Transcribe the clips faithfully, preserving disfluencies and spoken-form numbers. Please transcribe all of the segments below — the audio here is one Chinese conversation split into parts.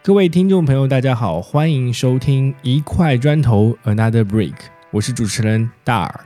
各位听众朋友大家好，欢迎收听一块砖头 Another Brick， 我是主持人大耳。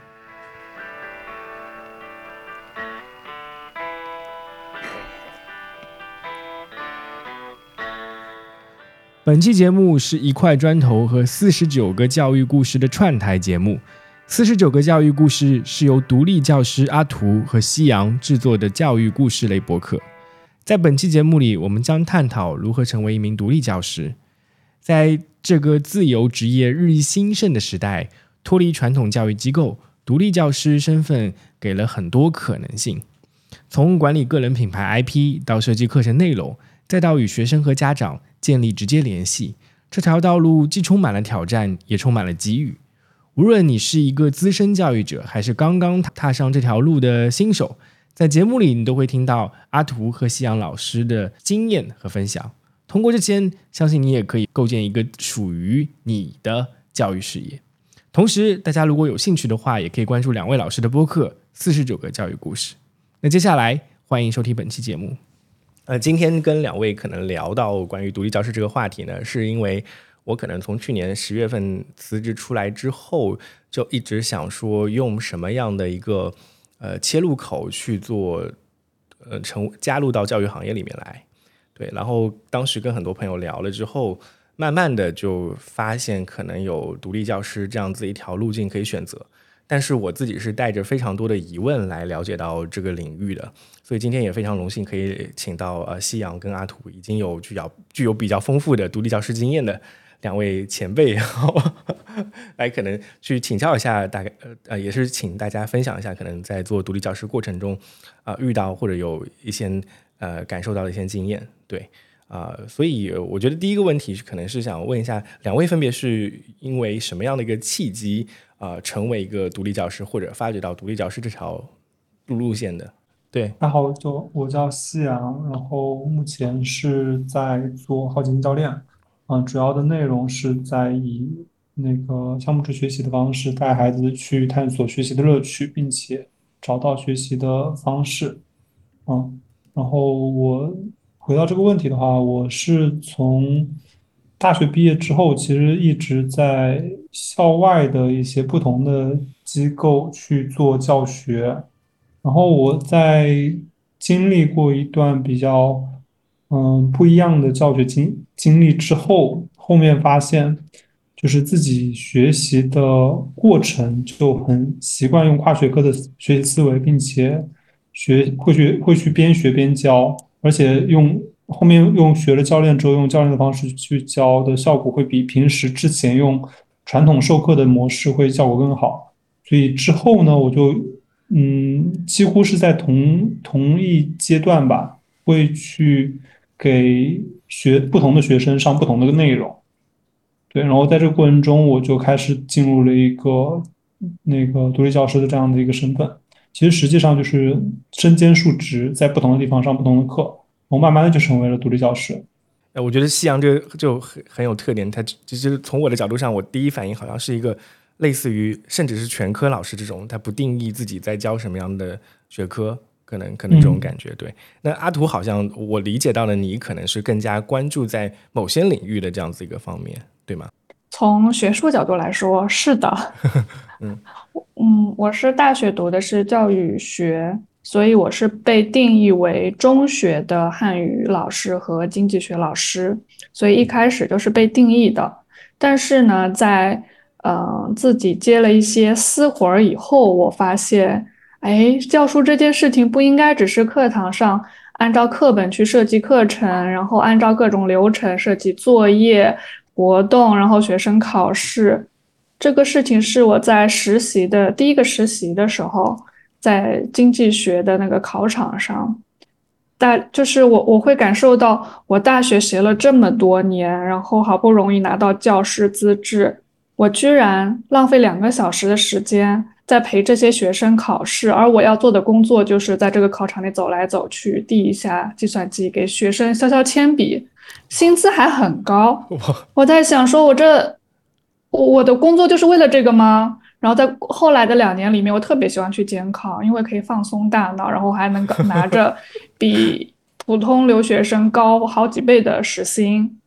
本期节目是一块砖头和四十九个教育故事的串台节目。四十九个教育故事是由独立教师阿图和西洋制作的教育故事类播客。在本期节目里，我们将探讨如何成为一名独立教师。在这个自由职业日益兴盛的时代，脱离传统教育机构，独立教师身份给了很多可能性。从管理个人品牌 I P 到设计课程内容，再到与学生和家长建立直接联系，这条道路既充满了挑战，也充满了机遇。无论你是一个资深教育者，还是刚刚踏上这条路的新手，在节目里你都会听到阿图和西洋老师的经验和分享。通过这些，相信你也可以构建一个属于你的教育事业。同时，大家如果有兴趣的话，也可以关注两位老师的播客四十九个教育故事。那接下来欢迎收听本期节目。呃，今天跟两位可能聊到关于独立教师这个话题呢，是因为我可能从去年十月份辞职出来之后，就一直想说用什么样的一个呃切入口去做呃成加入到教育行业里面来。对，然后当时跟很多朋友聊了之后，慢慢的就发现可能有独立教师这样子一条路径可以选择，但是我自己是带着非常多的疑问来了解到这个领域的，所以今天也非常荣幸可以请到呃西洋跟阿图已经有具有具有比较丰富的独立教师经验的两位前辈来可能去请教一下大概呃也是请大家分享一下可能在做独立教师过程中啊、呃、遇到或者有一些呃感受到的一些经验。对啊、呃，所以我觉得第一个问题可能是想问一下两位分别是因为什么样的一个契机啊、呃、成为一个独立教师或者发掘到独立教师这条路路线的。对， 大家好，就我叫夕阳，然后目前是在做好奇心教练，嗯、主要的内容是在以那个项目制学习的方式带孩子去探索学习的乐趣，并且找到学习的方式，嗯，然后我回到这个问题的话，我是从大学毕业之后，其实一直在校外的一些不同的机构去做教学。然后我在经历过一段比较嗯不一样的教学经经历之后，后面发现就是自己学习的过程就很习惯用跨学科的学习思维，并且学会学会去边学边教，而且用后面用学了教练之后，用教练的方式去教的效果会比平时之前用传统授课的模式会效果更好。所以之后呢，我就嗯，几乎是在同同一阶段吧，会去给学不同的学生上不同的内容。对，然后在这个过程中，我就开始进入了一个那个独立教师的这样的一个身份。其实实际上就是身兼数职，在不同的地方上不同的课，我慢慢的就成为了独立教师。 呃，我觉得西洋这个就很很有特点，它其实从我的角度上，我第一反应好像是一个类似于甚至是全科老师这种，他不定义自己在教什么样的学科，可能可能这种嗯。 感觉。对，那阿图好像我理解到了，你可能是更加关注在某些领域的这样子一个方面，对吗？ 从学术角度来说，是的。 嗯嗯，我是大学读的是教育学，所以我是被定义为中学的汉语老师和经济学老师，所以一开始就是被定义的。但是呢，在呃自己接了一些私活儿以后，我发现，哎，教书这件事情不应该只是课堂上按照课本去设计课程，然后按照各种流程设计作业、活动，然后学生考试。这个事情是我在实习的第一个实习的时候，在经济学的那个考场上，大就是我我会感受到，我大学学了这么多年，然后好不容易拿到教师资质，我居然浪费两个小时的时间在陪这些学生考试，而我要做的工作就是在这个考场里走来走去，递一下计算机给学生削削铅笔，薪资还很高。 我我在想说，我这我我的工作就是为了这个吗？然后在后来的两年里面，我特别喜欢去监考，因为可以放松大脑，然后还能够拿着比普通留学生高好几倍的时薪。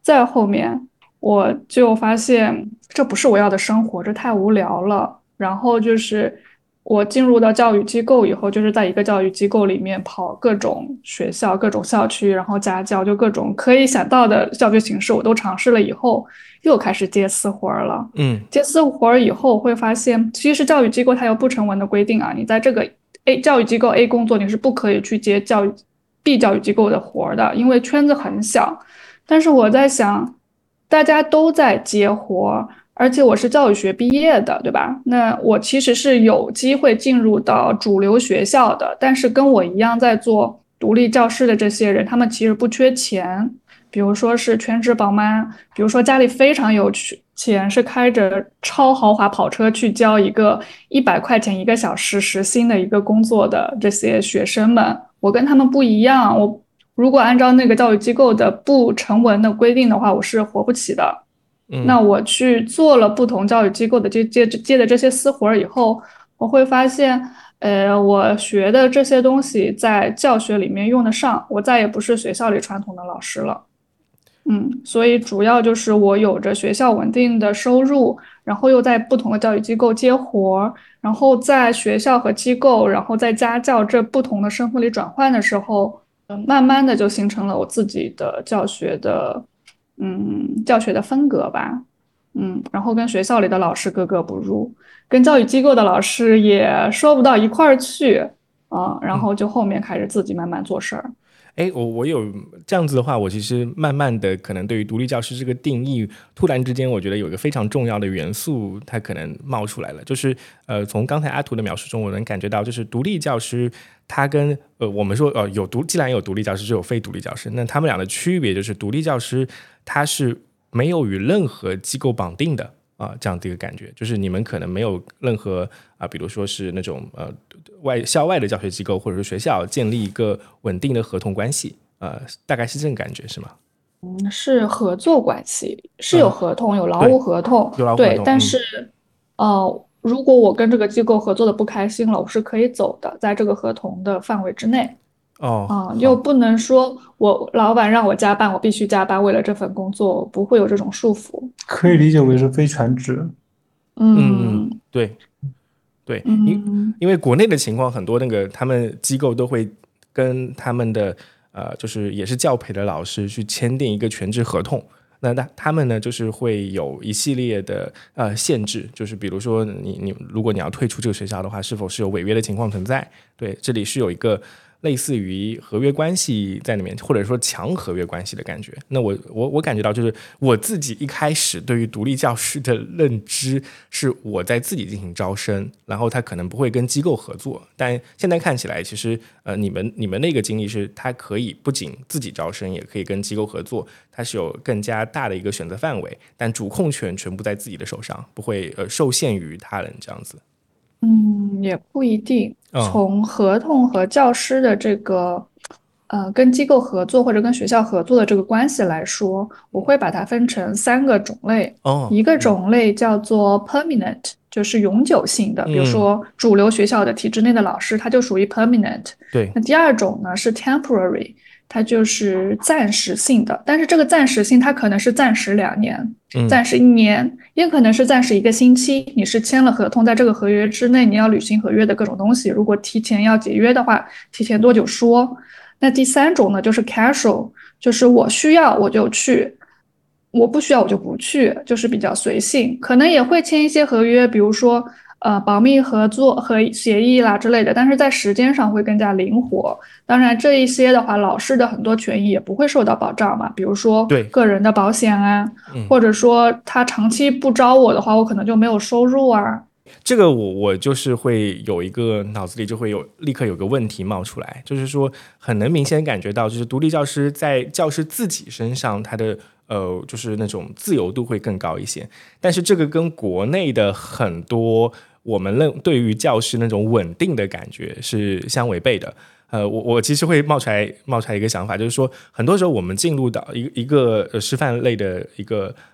再后面我就发现这不是我要的生活，这太无聊了。然后就是我进入到教育机构以后，就是在一个教育机构里面跑各种学校、各种校区，然后家教，就各种可以想到的教学形式我都尝试了以后，又开始接私活了。 嗯， 接私活以后会发现，其实教育机构它有不成文的规定啊，你在这个 A 教育机构 A 工作，你是不可以去接教育 B 教育机构的活的，因为圈子很小。但是我在想，大家都在接活，而且我是教育学毕业的，对吧？那我其实是有机会进入到主流学校的，但是跟我一样在做独立教师的这些人，他们其实不缺钱，比如说是全职宝妈，比如说家里非常有钱，是开着超豪华跑车去教一个一百块钱一个小时时薪的一个工作的这些学生们，我跟他们不一样，我如果按照那个教育机构的不成文的规定的话，我是活不起的。 嗯， 那我去做了不同教育机构的接接接的这些私活以后，我会发现，呃，我学的这些东西在教学里面用得上，我再也不是学校里传统的老师了。嗯，所以主要就是我有着学校稳定的收入，然后又在不同的教育机构接活，然后在学校和机构，然后在家教这不同的身份里转换的时候，呃慢慢的就形成了我自己的教学的，嗯，教学的风格吧。嗯，然后跟学校里的老师格格不入，跟教育机构的老师也说不到一块儿去啊，然后就后面开始自己慢慢做事儿。 哎，我我有这样子的话，我其实慢慢的可能对于独立教师这个定义，突然之间我觉得有一个非常重要的元素，它可能冒出来了，就是呃，从刚才阿图的描述中，我能感觉到，就是独立教师他跟呃我们说呃有独，既然有独立教师，就有非独立教师，那他们俩的区别就是独立教师他是没有与任何机构绑定的。啊，这样的一个感觉，就是你们可能没有任何啊，比如说是那种呃外校外的教学机构或者是学校建立一个稳定的合同关系，呃，大概是这种感觉是吗？ 嗯，是合作关系，是有合同，有劳对， 务合同，对， 有劳合同，嗯， 但是，呃，如果我跟这个机构合作的不开心了，我是可以走的，在这个合同的范围之内。 哦， 啊，又好， 不能说我老板让我加班，我必须加班，为了这份工作，不会有这种束缚。 可以理解为是非全职。 嗯嗯， 嗯对对，因嗯因为国内的情况很多，那个他们机构都会跟他们的呃，就是也是教培的老师去签订一个全职合同。那他他们呢，就是会有一系列的呃限制，就是比如说你你如果你要退出这个学校的话，是否是有违约的情况存在？对，这里是有一个类似于合约关系在里面，或者说强合约关系的感觉。那我我我感觉到，就是我自己一开始对于独立教师的认知是我在自己进行招生，然后他可能不会跟机构合作。但现在看起来，其实呃你们你们那个经历是，他可以不仅自己招生，也可以跟机构合作，它是有更加大的一个选择范围，但主控权全部在自己的手上，不会呃受限于他人这样子。 嗯，也不一定。 嗯， 从合同和教师的这个，呃，跟机构合作或者跟学校合作的这个关系来说，我会把它分成三个种类。 哦， 一个嗯种类叫做 permanent，就是永久性的，比如嗯， 说主流学校的体制内的老师，他就属于 permanent。 对， 那第二种呢是 temporary，它就是暂时性的，但是这个暂时性它可能是暂时两年。 嗯暂时一年，也可能是暂时一个星期。你是签了合同，在这个合约之内，你要履行合约的各种东西。如果提前要解约的话，提前多久说？那第三种呢，就是 casual，就是我需要我就去，我不需要我就不去，就是比较随性。可能也会签一些合约，比如说呃保密合作和协议啦之类的，但是在时间上会更加灵活。当然，这一些的话，老师的很多权益也不会受到保障嘛，比如说对， 个人的保险啊。 嗯。 或者说他长期不招我的话，我可能就没有收入啊。 这个我我就是会有一个脑子里就会有立刻有个问题冒出来，就是说很能明显感觉到，就是独立教师在教师自己身上，他的呃就是那种自由度会更高一些，但是这个跟国内的很多我们认对于教师那种稳定的感觉是相违背的。呃，我我其实会冒出来冒出来一个想法，就是说，很多时候我们进入到一个一个呃师范类的一个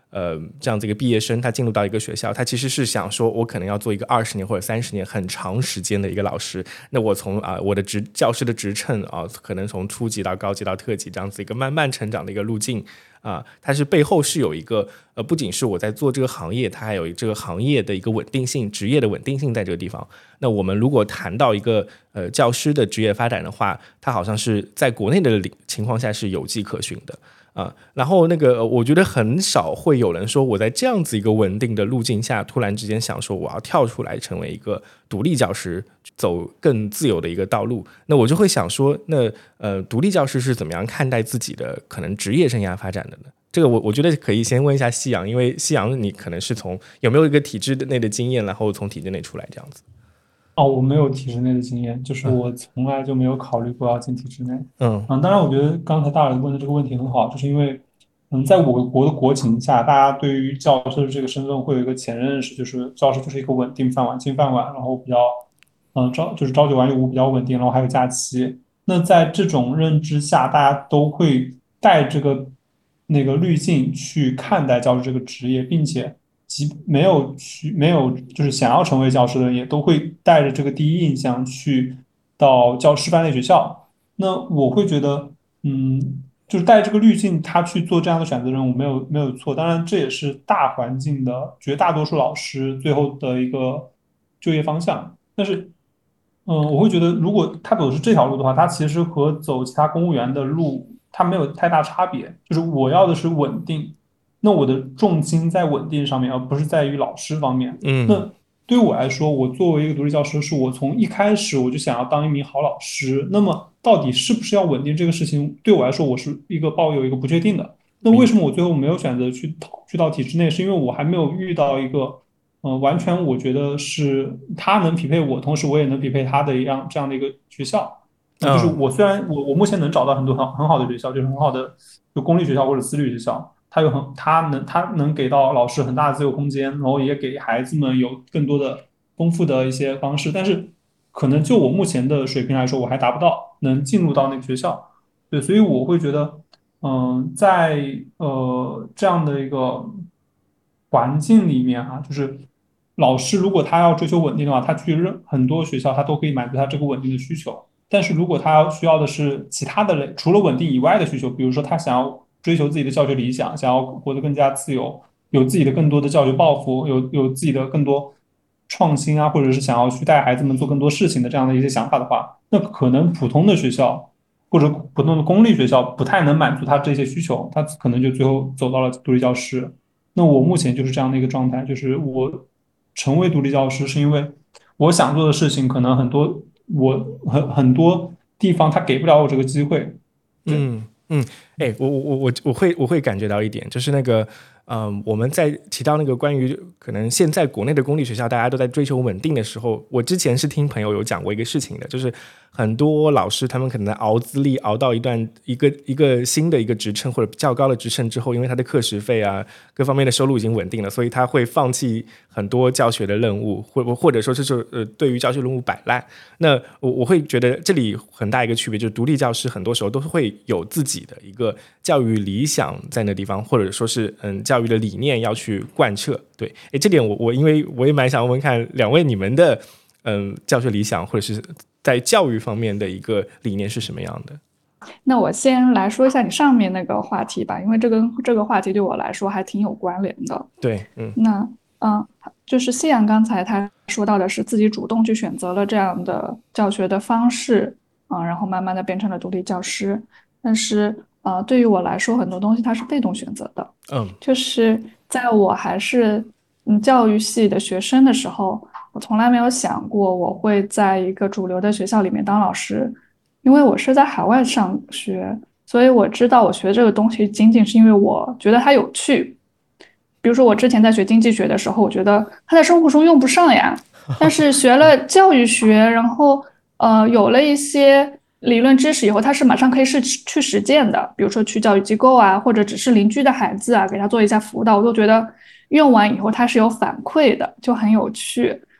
呃，这样子一个毕业生，他进入到一个学校，他其实是想说，我可能要做一个二十年或者三十年很长时间的一个老师。那我从啊、呃、我的职教师的职称啊、呃，可能从初级到高级到特级这样子一个慢慢成长的一个路径啊、呃，它是背后是有一个呃，不仅是我在做这个行业，它还有这个行业的一个稳定性，职业的稳定性在这个地方。那我们如果谈到一个呃教师的职业发展的话，它好像是在国内的情况下是有迹可循的。啊，然后那个，我觉得很少会有人说我在这样子一个稳定的路径下，突然之间想说我要跳出来成为一个独立教师，走更自由的一个道路。那我就会想说，那呃，独立教师是怎么样看待自己的可能职业生涯发展的呢？这个我我觉得可以先问一下夕阳，因为夕阳你可能是从有没有一个体制内的经验，然后从体制内出来这样子。 哦，我没有体制内的经验，就是我从来就没有考虑过要进体制内。 嗯嗯，当然，我觉得刚才大耳问的这个问题很好，就是因为，嗯，在我国的国情下，大家对于教师的这个身份会有一个潜认识，就是教师就是一个稳定饭碗、金饭碗，然后比较，嗯，朝就是朝九晚五比较稳定，然后还有假期。那在这种认知下，大家都会带这个那个滤镜去看待教师这个职业，并且即没有去没有就是想要成为教师的人，也都会带着这个第一印象去到教师范类学校。那我会觉得，嗯，就是带这个滤镜，他去做这样的选择的人，我没有没有错。当然，这也是大环境的绝大多数老师最后的一个就业方向。但是，嗯，我会觉得，如果他走的是这条路的话，他其实和走其他公务员的路，他没有太大差别。就是我要的是稳定，那我的重心在稳定上面，而不是在于老师方面。 嗯那对于我来说，我作为一个独立教师，是我从一开始我就想要当一名好老师。那么，到底是不是要稳定这个事情，对我来说，我是一个抱有一个不确定的。那为什么我最后没有选择去去到体制内？是因为我还没有遇到一个。嗯、呃，完全我觉得是他能匹配我，同时我也能匹配他的一样这样的一个学校。那就是嗯我虽然我我目前能找到很多很很好的学校，就是很好的就公立学校或者私立学校，他有很他能他能给到老师很大的自由空间，然后也给孩子们有更多的丰富的一些方式。但是可能就我目前的水平来说，我还达不到能进入到那个学校。对，所以我会觉得，嗯、在呃这样的一个环境里面啊，就是老师如果他要追求稳定的话，他去任很多学校他都可以满足他这个稳定的需求。但是如果他需要的是其他的类，除了稳定以外的需求，比如说他想要追求自己的教学理想，想要活得更加自由，有自己的更多的教学抱负，有有自己的更多创新啊，或者是想要去带孩子们做更多事情的这样的一些想法的话，那可能普通的学校或者普通的公立学校不太能满足他这些需求，他可能就最后走到了独立教师。那我目前就是这样的一个状态，就是我成为独立教师是因为我想做的事情，可能很多我很很多地方他给不了我这个机会。对。 嗯嗯，哎，我我我我会我会感觉到一点，就是那个，嗯，我们在提到那个关于可能现在国内的公立学校大家都在追求稳定的时候，我之前是听朋友有讲过一个事情的，就是很多老师他们可能熬资历熬到一段一个一个新的一个职称或者较高的职称之后，因为他的课时费啊各方面的收入已经稳定了，所以他会放弃很多教学的任务，或或者说就是呃对于教学任务摆烂。那我我会觉得这里很大一个区别就是独立教师很多时候都会有自己的一个教育理想在那地方，或者说是嗯教育的理念要去贯彻。对，哎，这点我我因为我也蛮想问看两位你们的嗯教学理想或者是在教育方面的一个理念是什么样的？ 那我先来说一下你上面那个话题吧，因为这个这个话题对我来说还挺有关联的。 对，嗯那嗯，就是夕阳刚才他说到的是自己主动去选择了这样的教学的方式，嗯，然后慢慢的变成了独立教师。但是呃，对于我来说，很多东西它是被动选择的。 嗯就是在我还是嗯教育系的学生的时候，我从来没有想过我会在一个主流的学校里面当老师，因为我是在海外上学，所以我知道我学这个东西仅仅是因为我觉得它有趣。比如说我之前在学经济学的时候，我觉得它在生活中用不上呀，但是学了教育学，然后呃有了一些理论知识以后，它是马上可以是去实践的。比如说去教育机构啊，或者只是邻居的孩子啊，给他做一下辅导，我都觉得用完以后它是有反馈的，就很有趣。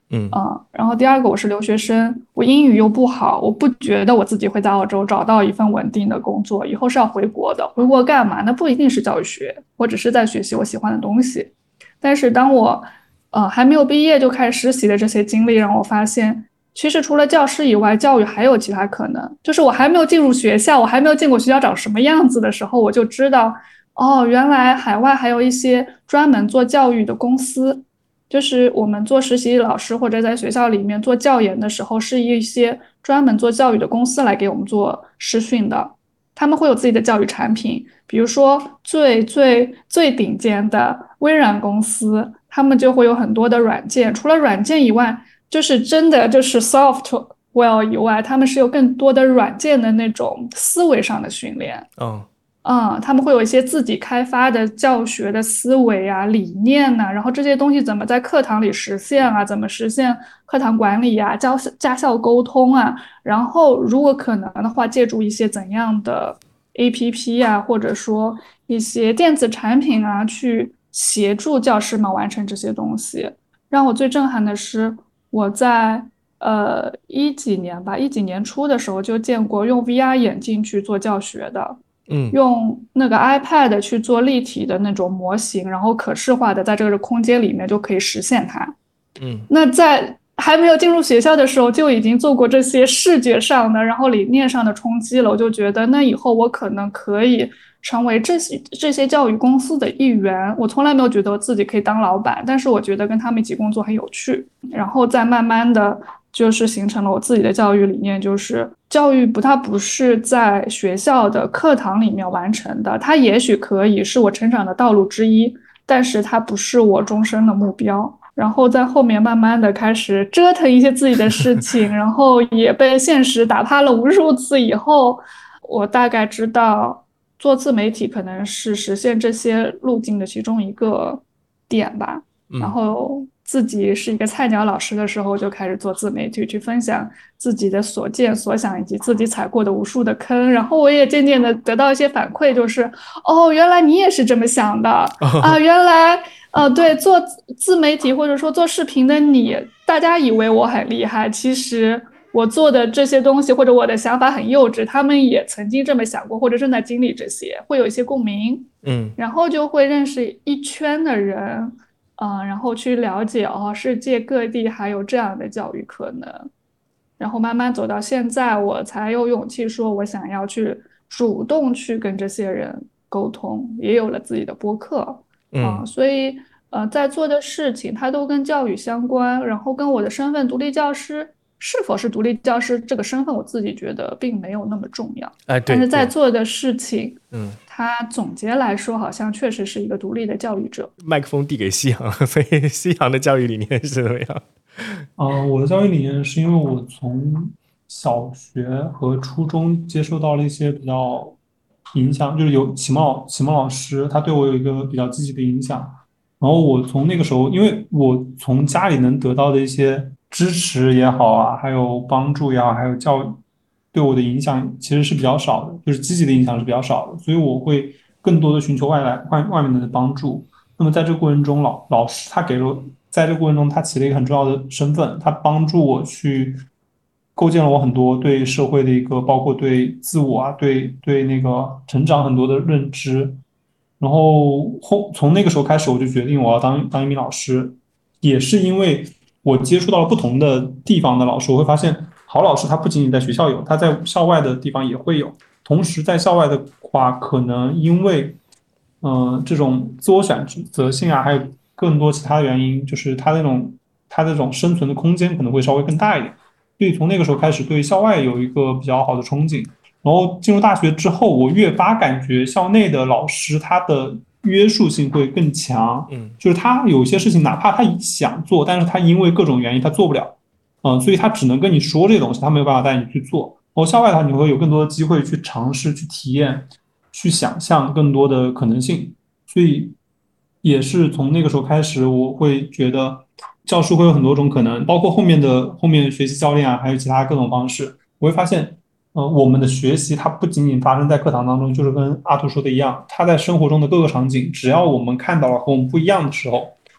嗯嗯，然后第二个我是留学生，我英语又不好，我不觉得我自己会在澳洲找到一份稳定的工作，以后是要回国的。回国干嘛？那不一定是教育学，我只是在学习我喜欢的东西。但是当我呃还没有毕业就开始实习的这些经历，让我发现，其实除了教师以外，教育还有其他可能。就是我还没有进入学校，我还没有见过学校长什么样子的时候，我就知道，哦，原来海外还有一些专门做教育的公司。就是我们做实习老师或者在学校里面做教研的时候，是一些专门做教育的公司来给我们做师训的。他们会有自己的教育产品，比如说最最最顶尖的微软公司，他们就会有很多的软件。除了软件以外，就是真的就是 software 以外，他们是有更多的软件的那种思维上的训练。 哦嗯，他们会有一些自己开发的教学的思维啊、理念呐、然后这些东西怎么在课堂里实现啊？怎么实现课堂管理啊、教家校沟通啊？然后如果可能的话，借助一些怎样的 A P P 啊，或者说一些电子产品啊，去协助教师们完成这些东西。让我最震撼的是，我在呃一几年吧，一几年初的时候就见过用 V R 眼镜去做教学的。 嗯用那个 iPad 去做立体的那种模型，然后可视化的在这个空间里面就可以实现它。 嗯那在还没有进入学校的时候，就已经做过这些视觉上的，然后理念上的冲击了。我就觉得，那以后我可能可以成为这些这些教育公司的一员。我从来没有觉得我自己可以当老板，但是我觉得跟他们一起工作很有趣。然后再慢慢的就是形成了我自己的教育理念，就是教育不，它不是在学校的课堂里面完成的，它也许可以是我成长的道路之一，但是它不是我终身的目标。然后在后面慢慢的开始折腾一些自己的事情，然后也被现实打趴了无数次以后，我大概知道做自媒体可能是实现这些路径的其中一个点吧。然嗯后自己是一个菜鸟老师的时候，就开始做自媒体，去分享自己的所见所想以及自己踩过的无数的坑。然后我也渐渐的得到一些反馈，就是哦，原来你也是这么想的啊，原来呃，对，做自媒体或者说做视频的你，大家以为我很厉害，其实我做的这些东西或者我的想法很幼稚，他们也曾经这么想过，或者正在经历这些，会有一些共鸣。 嗯然后就会认识一圈的人，嗯、然后去了解哦，世界各地还有这样的教育可能，然后慢慢走到现在，我才有勇气说，我想要去主动去跟这些人沟通，也有了自己的播客，啊、 嗯所以呃，在做的事情它都跟教育相关，然后跟我的身份独立教师是否是独立教师这个身份，我自己觉得并没有那么重要。 哎对但是在对做的事情， 嗯， 它总结来说，好像确实是一个独立的教育者。 麦克风递给西洋，所以西洋的教育理念是怎么样？ 嗯，我的教育理念是因为我从小学和初中接受到了一些比较影响，就是有启蒙老启蒙老师，他对我有一个比较积极的影响。然后我从那个时候，因为我从家里能得到的一些支持也好啊，还有帮助也好，还有教育对我的影响其实是比较少的，就是积极的影响是比较少的，所以我会更多的寻求外来外外面的帮助。那么在这个过程中，老老师他给了，在这个过程中他起了一个很重要的身份，他帮助我去构建了我很多对社会的一个，包括对自我啊，对对那个成长很多的认知。然后后从那个时候开始，我就决定我要当当一名老师，也是因为我接触到了不同的地方的老师，我会发现好老师他不仅仅在学校有，他在校外的地方也会有。同时在校外的话，可能因为嗯、呃这种自我选择性啊，还有更多其他的原因，就是他那种他这种生存的空间可能会稍微更大一点。所以从那个时候开始，对校外有一个比较好的憧憬。然后进入大学之后，我越发感觉校内的老师他的约束性会更强， 嗯就是他有些事情哪怕他想做，但是他因为各种原因他做不了，嗯，所以他只能跟你说这些东西，他没有办法带你去做。然后校外的话，你会有更多的机会去尝试、去体验、去想象更多的可能性。所以也是从那个时候开始，我会觉得教师会有很多种可能，包括后面的后面学习教练啊，还有其他各种方式。我会发现，呃，我们的学习它不仅仅发生在课堂当中，就是跟阿图说的一样，它在生活中的各个场景，只要我们看到了和我们不一样的时候，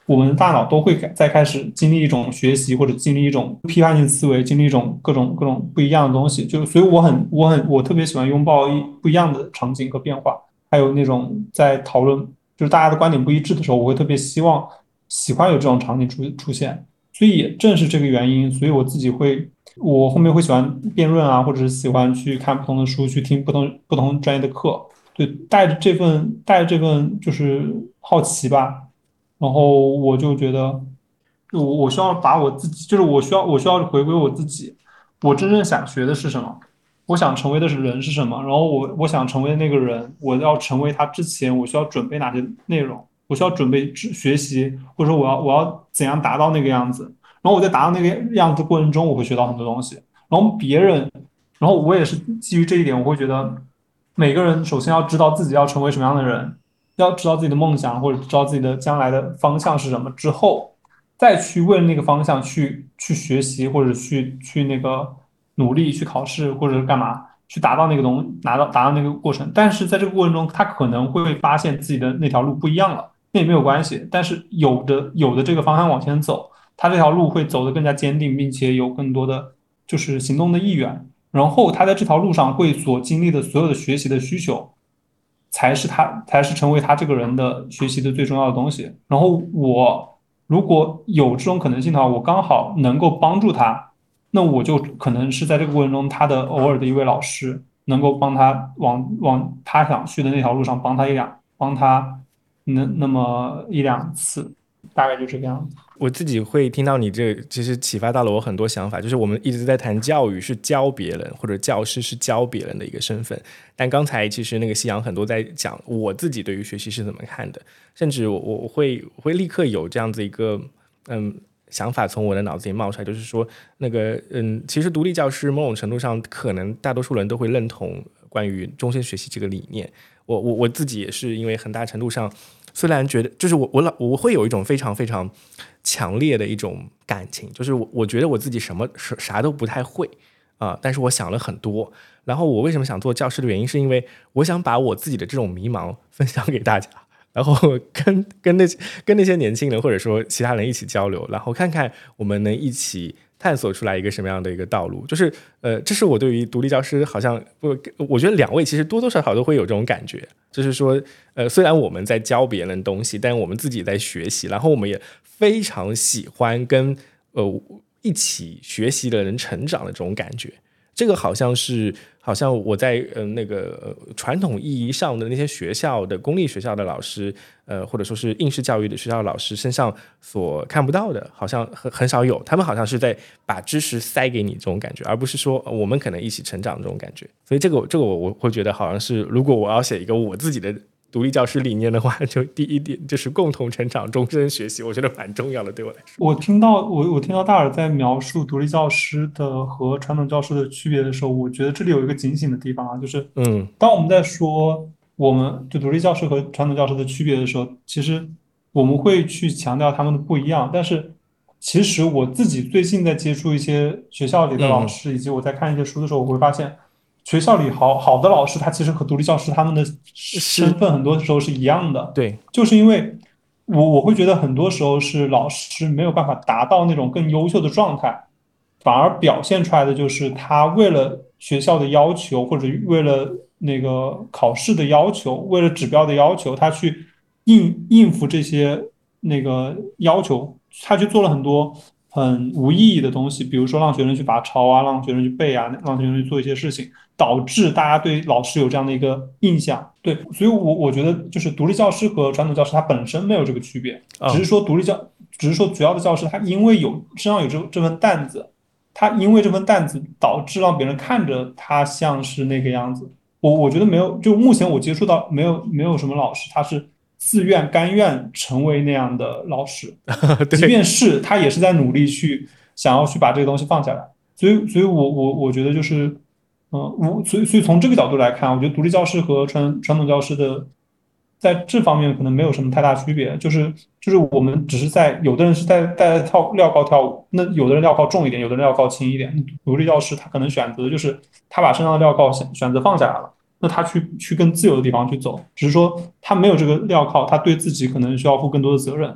我们的大脑都会在开始经历一种学习，或者经历一种批判性思维，经历一种各种各种不一样的东西。就所以我很我很我特别喜欢拥抱一不一样的场景和变化，还有那种在讨论就是大家的观点不一致的时候，我会特别希望喜欢有这种场景出出现。所以也正是这个原因，所以我自己会我后面会喜欢辩论啊，或者是喜欢去看不同的书，去听不同不同专业的课。对，带着这份带着这份就是好奇吧。然后我就觉得，我我需要把我自己，就是我需要我需要回归我自己，我真正想学的是什么，我想成为的是人是什么，然后我我想成为的那个人，我要成为他之前，我需要准备哪些内容，我需要准备知学习，或者说我要我要怎样达到那个样子，然后我在达到那个样子过程中，我会学到很多东西，然后别人，然后我也是基于这一点，我会觉得每个人首先要知道自己要成为什么样的人。要知道自己的梦想或者知道自己的将来的方向是什么之后，再去为了那个方向去去学习或者去去那个努力去考试或者干嘛去达到那个东拿到达到那个过程。但是在这个过程中，他可能会发现自己的那条路不一样了，那也没有关系。但是有的有的这个方向往前走，他这条路会走得更加坚定，并且有更多的就是行动的意愿。然后他在这条路上会所经历的所有的学习的需求。才是他才是成为他这个人的学习的最重要的东西。然后我如果有这种可能性的话，我刚好能够帮助他，那我就可能是在这个过程中他的偶尔的一位老师，能够帮他往往他想去的那条路上帮他一两帮他那那么一两次，大概就这个样子。 我自己会听到你这其实启发到了我很多想法，就是我们一直在谈教育是教别人，或者教师是教别人的一个身份，但刚才其实那个夕阳很多在讲我自己对于学习是怎么看的，甚至我我会我会立刻有这样子一个嗯想法从我的脑子里冒出来，就是说那个嗯，其实独立教师某种程度上可能大多数人都会认同关于终身学习这个理念，我我我自己也是因为很大程度上。虽然觉得就是我我老我会有一种非常非常强烈的一种感情，就是我我觉得我自己什么啥都不太会啊、呃，但是我想了很多。然后我为什么想做教师的原因，是因为我想把我自己的这种迷茫分享给大家，然后跟跟那跟那些年轻人或者说其他人一起交流，然后看看我们能一起探索出来一个什么样的一个道路。就是呃，这是我对于独立教师好像我我觉得两位其实多多少少都会有这种感觉，就是说呃，虽然我们在教别人东西，但我们自己在学习，然后我们也非常喜欢跟呃一起学习的人成长的这种感觉。这个好像是好像我在呃那个、呃、传统意义上的那些学校的公立学校的老师，呃或者说是应试教育的学校的老师身上所看不到的，好像很很少有。他们好像是在把知识塞给你这种感觉，而不是说我们可能一起成长这种感觉。所以这个这个我我会觉得好像是，如果我要写一个我自己的独立教师理念的话，就第一点就是共同成长、终身学习，我觉得蛮重要的，对我来说。 我听到我我听到大耳在描述独立教师的和传统教师的区别的时候，我觉得这里有一个警醒的地方啊，就是嗯， 当我们在说我们就独立教师和传统教师的区别的时候，其实我们会去强调他们的不一样，但是其实我自己最近在接触一些学校里的老师，以及我在看一些书的时候，我会发现。学校里好好的老师，他其实和独立教师他们的身份很多时候是一样的。 对， 就是因为我我会觉得很多时候是老师没有办法达到那种更优秀的状态，反而表现出来的就是他为了学校的要求，或者为了那个考试的要求，为了指标的要求，他去应应付这些那个要求，他去做了很多很无意义的东西，比如说让学生去把抄啊，让学生去背啊，让学生去做一些事情。导致大家对老师有这样的一个印象，对，所以我我觉得就是独立教师和传统教师它本身没有这个区别，只是说独立教，只是说主要的教师他因为有身上有这这份担子，他因为这份担子导致让别人看着他像是那个样子。我我觉得没有，就目前我接触到没有没有什么老师他是自愿甘愿成为那样的老师，即便是他也是在努力去想要去把这个东西放下来。所以，所以我我我觉得就是。嗯，我所以所以从这个角度来看，我觉得独立教师和传传统教师的在这方面可能没有什么太大区别，就是就是我们只是在有的人是在在跳镣铐跳舞，那有的人镣铐重一点，有的人镣铐轻一点。独立教师他可能选择的就是他把身上的镣铐选选择放下来了，那他去去更自由的地方去走，只是说他没有这个镣铐，他对自己可能需要负更多的责任。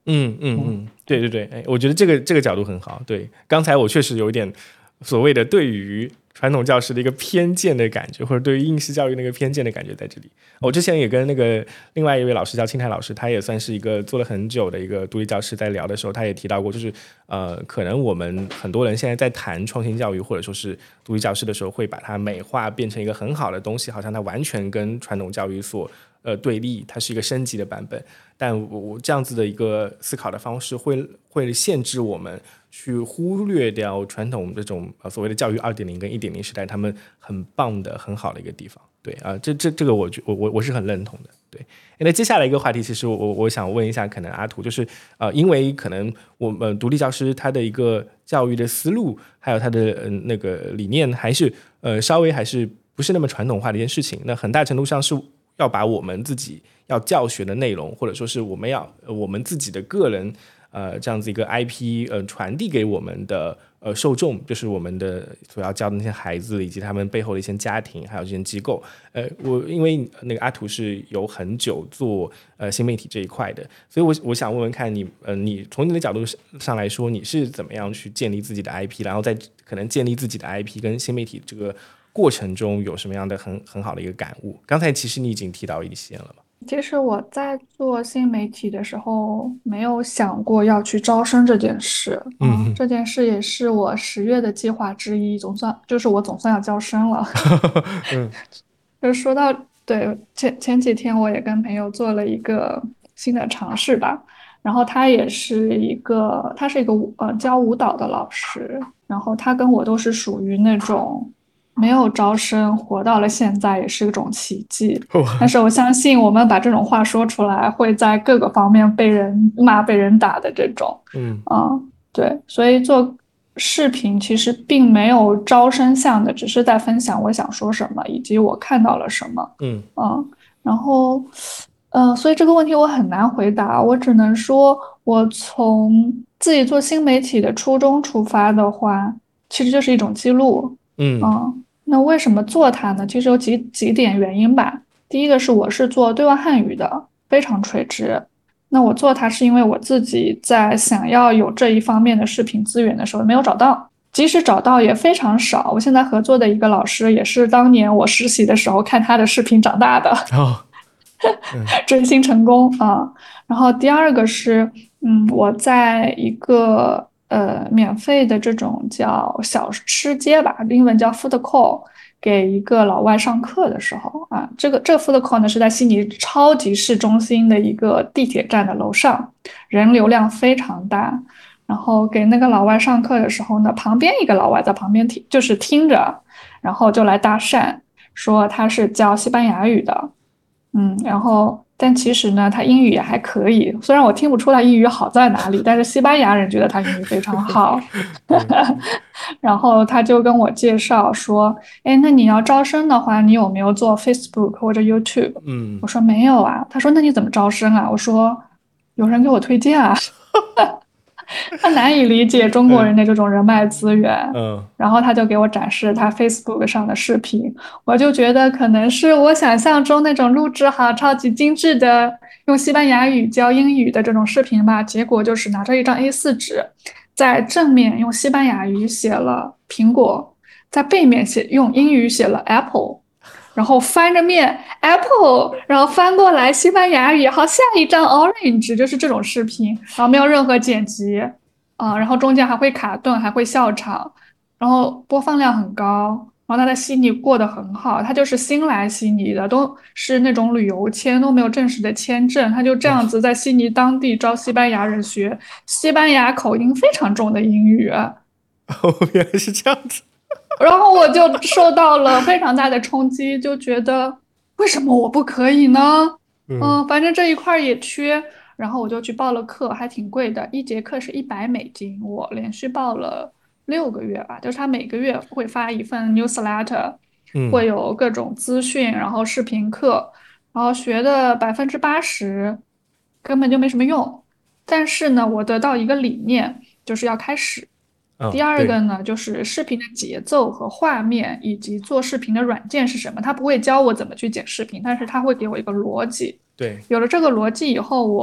嗯嗯嗯，对对对，哎，我觉得这个这个角度很好。对，刚才我确实有一点所谓的对于传统教师的一个偏见的感觉，或者对于应试教育那个偏见的感觉在这里。我之前也跟那个另外一位老师叫青苔老师，他也算是一个做了很久的一个独立教师，在聊的时候，他也提到过，就是呃，可能我们很多人现在在谈创新教育或者说是独立教师的时候，会把它美化变成一个很好的东西，好像它完全跟传统教育所呃对立，它是一个升级的版本。但我我这样子的一个思考的方式会会限制我们去忽略掉传统这种、呃、所谓的教育 二点零 跟 一点零 时代他们很棒的很好的一个地方。对啊、呃，这这这个我我我我是很认同的。对，那接下来一个话题，其实我我想问一下，可能阿图就是呃，因为可能我们、呃、独立教师他的一个教育的思路，还有他的、呃、那个理念，还是呃稍微还是不是那么传统化的一件事情。那很大程度上是要把我们自己要教学的内容，或者说是我们要我们自己的个人呃这样子一个 I P 呃传递给我们的呃受众，就是我们的所要教的那些孩子以及他们背后的一些家庭还有这些机构。呃，我因为那个阿图是有很久做呃新媒体这一块的，所以我我想问问看你呃你从你的角度上来说，你是怎么样去建立自己的 I P， 然后在可能建立自己的 I P 跟新媒体这个过程中有什么样的很很好的一个感悟？刚才其实你已经提到一些了嘛。 其实我在做新媒体的时候，没有想过要去招生这件事。嗯， 嗯这件事也是我十月的计划之一，总算就是我总算要招生了。 嗯就是说到对前前几天我也跟朋友做了一个新的尝试吧，然后他也是一个他是一个呃教舞蹈的老师，然后他跟我都是属于那种没有招生活到了现在也是一种奇迹。但是我相信我们把这种话说出来，会在各个方面被人骂、被人打的这种。 嗯嗯，对，所以做视频其实并没有招生向的，只是在分享我想说什么，以及我看到了什么。 嗯嗯，然后，呃，所以这个问题我很难回答，我只能说，我从自己做新媒体的初衷出发的话，其实就是一种记录。 嗯嗯，那为什么做它呢？其实有几几点原因吧。第一个是我是做对外汉语的，非常垂直。那我做它是因为我自己在想要有这一方面的视频资源的时候没有找到，即使找到也非常少。我现在合作的一个老师也是当年我实习的时候看他的视频长大的， 哦追星成功啊。然后第二个是，嗯，我在一个呃免费的这种叫小吃街吧，英文叫 food call，给一个老外上课的时候啊，这个这个 food call 呢是在悉尼超级市中心的一个地铁站的楼上，人流量非常大。然后给那个老外上课的时候呢，旁边一个老外在旁边听，就是听着，然后就来搭讪，说他是教西班牙语的。嗯，然后但其实呢，他英语也还可以，虽然我听不出来英语好在哪里，但是西班牙人觉得他英语非常好。然后他就跟我介绍说，哎，那你要招生的话，你有没有做 Facebook 或者 YouTube？ 嗯我说没有啊。他说那你怎么招生啊？我说有人给我推荐啊。他难以理解中国人的这种人脉资源。 嗯然后他就给我展示他 Facebook 上的视频，我就觉得可能是我想象中那种录制好超级精致的用西班牙语教英语的这种视频吧，结果就是拿着一张 A 四 纸，在正面用西班牙语写了苹果，在背面写用英语写了 Apple， 然后翻着面 Apple， 然后翻过来西班牙语，好下一张 Orange， 就是这种视频，然后没有任何剪辑啊、然后中间还会卡顿，还会笑场。然后播放量很高，然后他在悉尼过得很好，他就是新来悉尼的，都是那种旅游签，都没有正式的签证，他就这样子在悉尼当地招西班牙人学西班牙口音非常重的英语。 哦，原来是这样子。 然后我就受到了非常大的冲击，就觉得为什么我不可以呢？ 嗯嗯，反正这一块也缺，然后我就去报了课，还挺贵的，一节课是一百美金，我连续报了六个月吧，就是他每个月会发一份 newsletter， 嗯会有各种资讯，然后视频课，然后学的百分之八十根本就没什么用，但是呢，我得到一个理念，就是要开始。 哦第二对个呢，就是视频的节奏和画面，以及做视频的软件是什么。他不会教我怎么去剪视频，但是他会给我一个逻辑。 对有了这个逻辑以后，我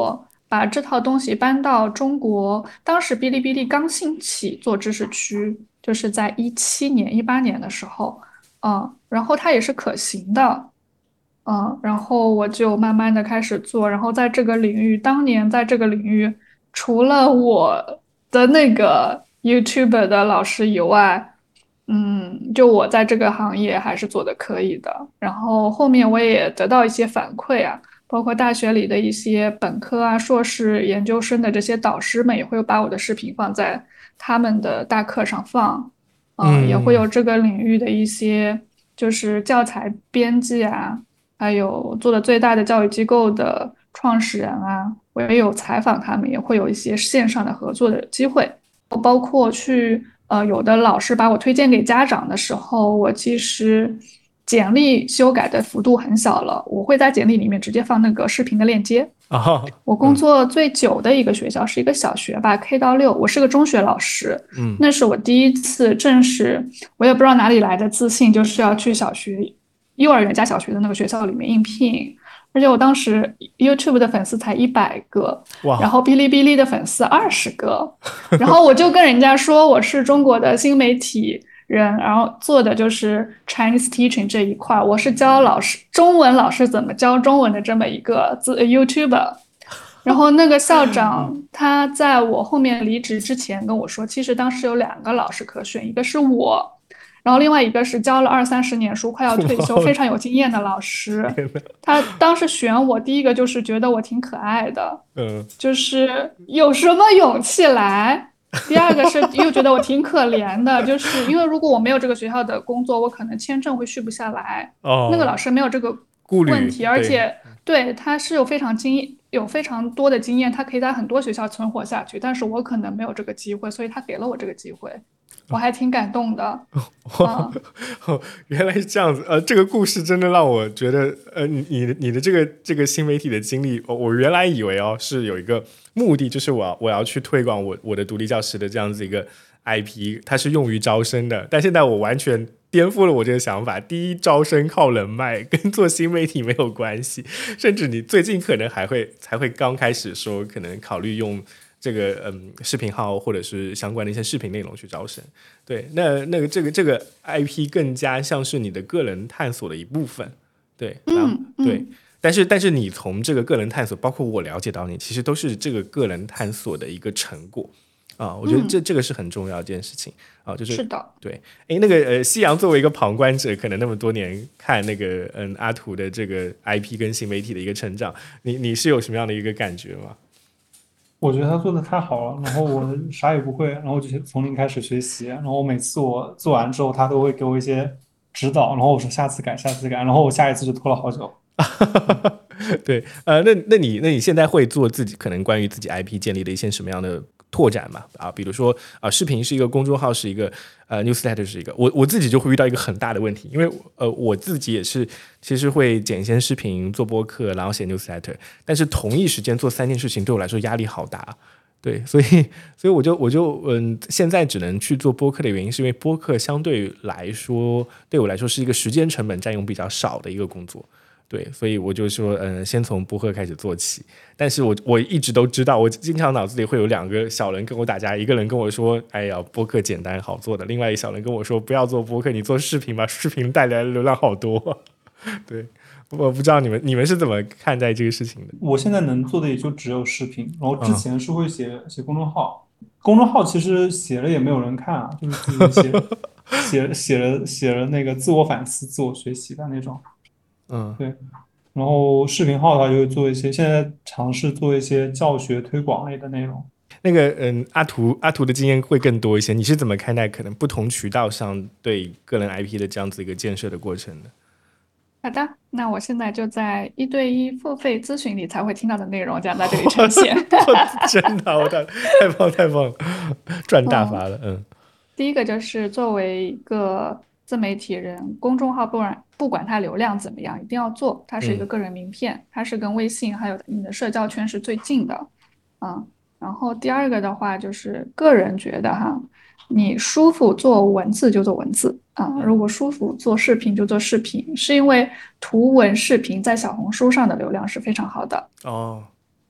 把这套东西搬到中国，当时哔哩哔哩刚兴起做知识区，就是在一七年、一八年的时候，嗯，然后它也是可行的。嗯，然后我就慢慢的开始做，然后在这个领域，当年在这个领域，除了我的那个 YouTube 的老师以外，嗯，就我在这个行业还是做的可以的。然后后面我也得到一些反馈啊，包括大学里的一些本科啊、硕士、研究生的这些导师们也会把我的视频放在他们的大课上放，嗯，也会嗯有这个领域的一些就是教材编辑啊。还有做的最大的教育机构的创始人啊，我也有采访他们，也会有一些线上的合作的机会，包括去呃，有的老师把我推荐给家长的时候，我其实简历修改的幅度很小了，我会在简历里面直接放那个视频的链接。 啊， 我工作最久的一个学校是一个小学吧，K 到六，我是个中学老师， 嗯那是我第一次正式，我也不知道哪里来的自信，就是要去小学、幼儿园加小学的那个学校里面应聘，而且我当时 YouTube 的粉丝才一百个， 哇， 然后哔哩哔哩的粉丝二十个，然后我就跟人家说我是中国的新媒体人，然后做的就是 Chinese teaching 这一块，我是教老师中文老师怎么教中文的这么一个自 YouTuber。然后那个校长他在我后面离职之前跟我说，其实当时有两个老师可选，一个是我，然后另外一个是教了二三十年书，快要退休，非常有经验的老师。他当时选我，第一个就是觉得我挺可爱的， 嗯， 就是有什么勇气来。第二个是又觉得我挺可怜的，就是因为如果我没有这个学校的工作，我可能签证会续不下来。 哦， 那个老师没有这个顾虑问题，而对且对他是有非常经有非常多的经验，他可以在很多学校存活下去，但是我可能没有这个机会，所以他给了我这个机会，我还挺感动的。嗯， 哦，原来是这样子，呃，这个故事真的让我觉得，呃，你你的你的这个这个新媒体的经历，哦，我原来以为哦是有一个目的，就是我要我要去推广我我的独立教师的这样子一个 I P， 它是用于招生的，但现在我完全颠覆了我这个想法。第一，招生靠人脉，跟做新媒体没有关系，甚至你最近可能还会才会刚开始说，可能考虑用这个嗯视频号或者是相关的一些视频内容去招生。对，那那个这个这个 I P 更加像是你的个人探索的一部分。对，然后、 嗯嗯、 对。但是，但是你从这个个人探索，包括我了解到你，其实都是这个个人探索的一个成果啊。我觉得这、嗯、这个是很重要的一件事情啊，就是是的， 对。哎，那个呃，夕阳作为一个旁观者，可能那么多年看那个嗯阿图的这个 I P 跟新媒体的一个成长，你你是有什么样的一个感觉吗？ 我觉得他做的太好了，然后我啥也不会，然后就从零开始学习，然后每次我做完之后，他都会给我一些指导，然后我说下次改，下次改，然后我下一次就拖了好久。 对，呃，那那你那你现在会做自己可能关于自己 I P 建立的一些什么样的拓展嘛？啊，比如说啊、呃，视频是一个，公众号是一个，呃 ，newsletter 是一个。我我自己就会遇到一个很大的问题，因为呃我自己也是其实会剪一些视频、做播客，然后写 newsletter， 但是同一时间做三件事情对我来说压力好大。对，所以所以我就我就嗯，现在只能去做播客的原因，是因为播客相对来说对我来说是一个时间成本占用比较少的一个工作。对，所以我就说，嗯，先从播客开始做起。但是我我一直都知道，我经常脑子里会有两个小人跟我打架，一个人跟我说，哎呀，播客简单好做的；另外一小人跟我说，不要做播客，你做视频吧，视频带来的流量好多。对，我不知道你们你们是怎么看待这个事情的？ 我现在能做的也就只有视频，然后之前是会写、嗯、写公众号，公众号其实写了也没有人看啊，就是自己写写写了写了那个自我反思、自我学习的那种。 嗯， 对，然后视频号的话就会做一些，现在尝试做一些教学推广类的内容。 那个嗯，阿图阿图的经验会更多一些，你是怎么看待可能不同渠道上对个人 I P 的这样子一个建设的过程的？ 好的，那我现在就在一对一付费咨询里才会听到的内容将在这里呈现。 真的，我的太棒太棒了，赚大发了。嗯，嗯第一个就是作为一个自媒体人，公众号不然不管它流量怎么样，一定要做，它是一个个人名片，嗯、它是跟微信还有你的社交圈是最近的，嗯。然后第二个的话就是个人觉得哈，你舒服做文字就做文字啊、嗯，如果舒服做视频就做视频，是因为图文视频在小红书上的流量是非常好的。 哦，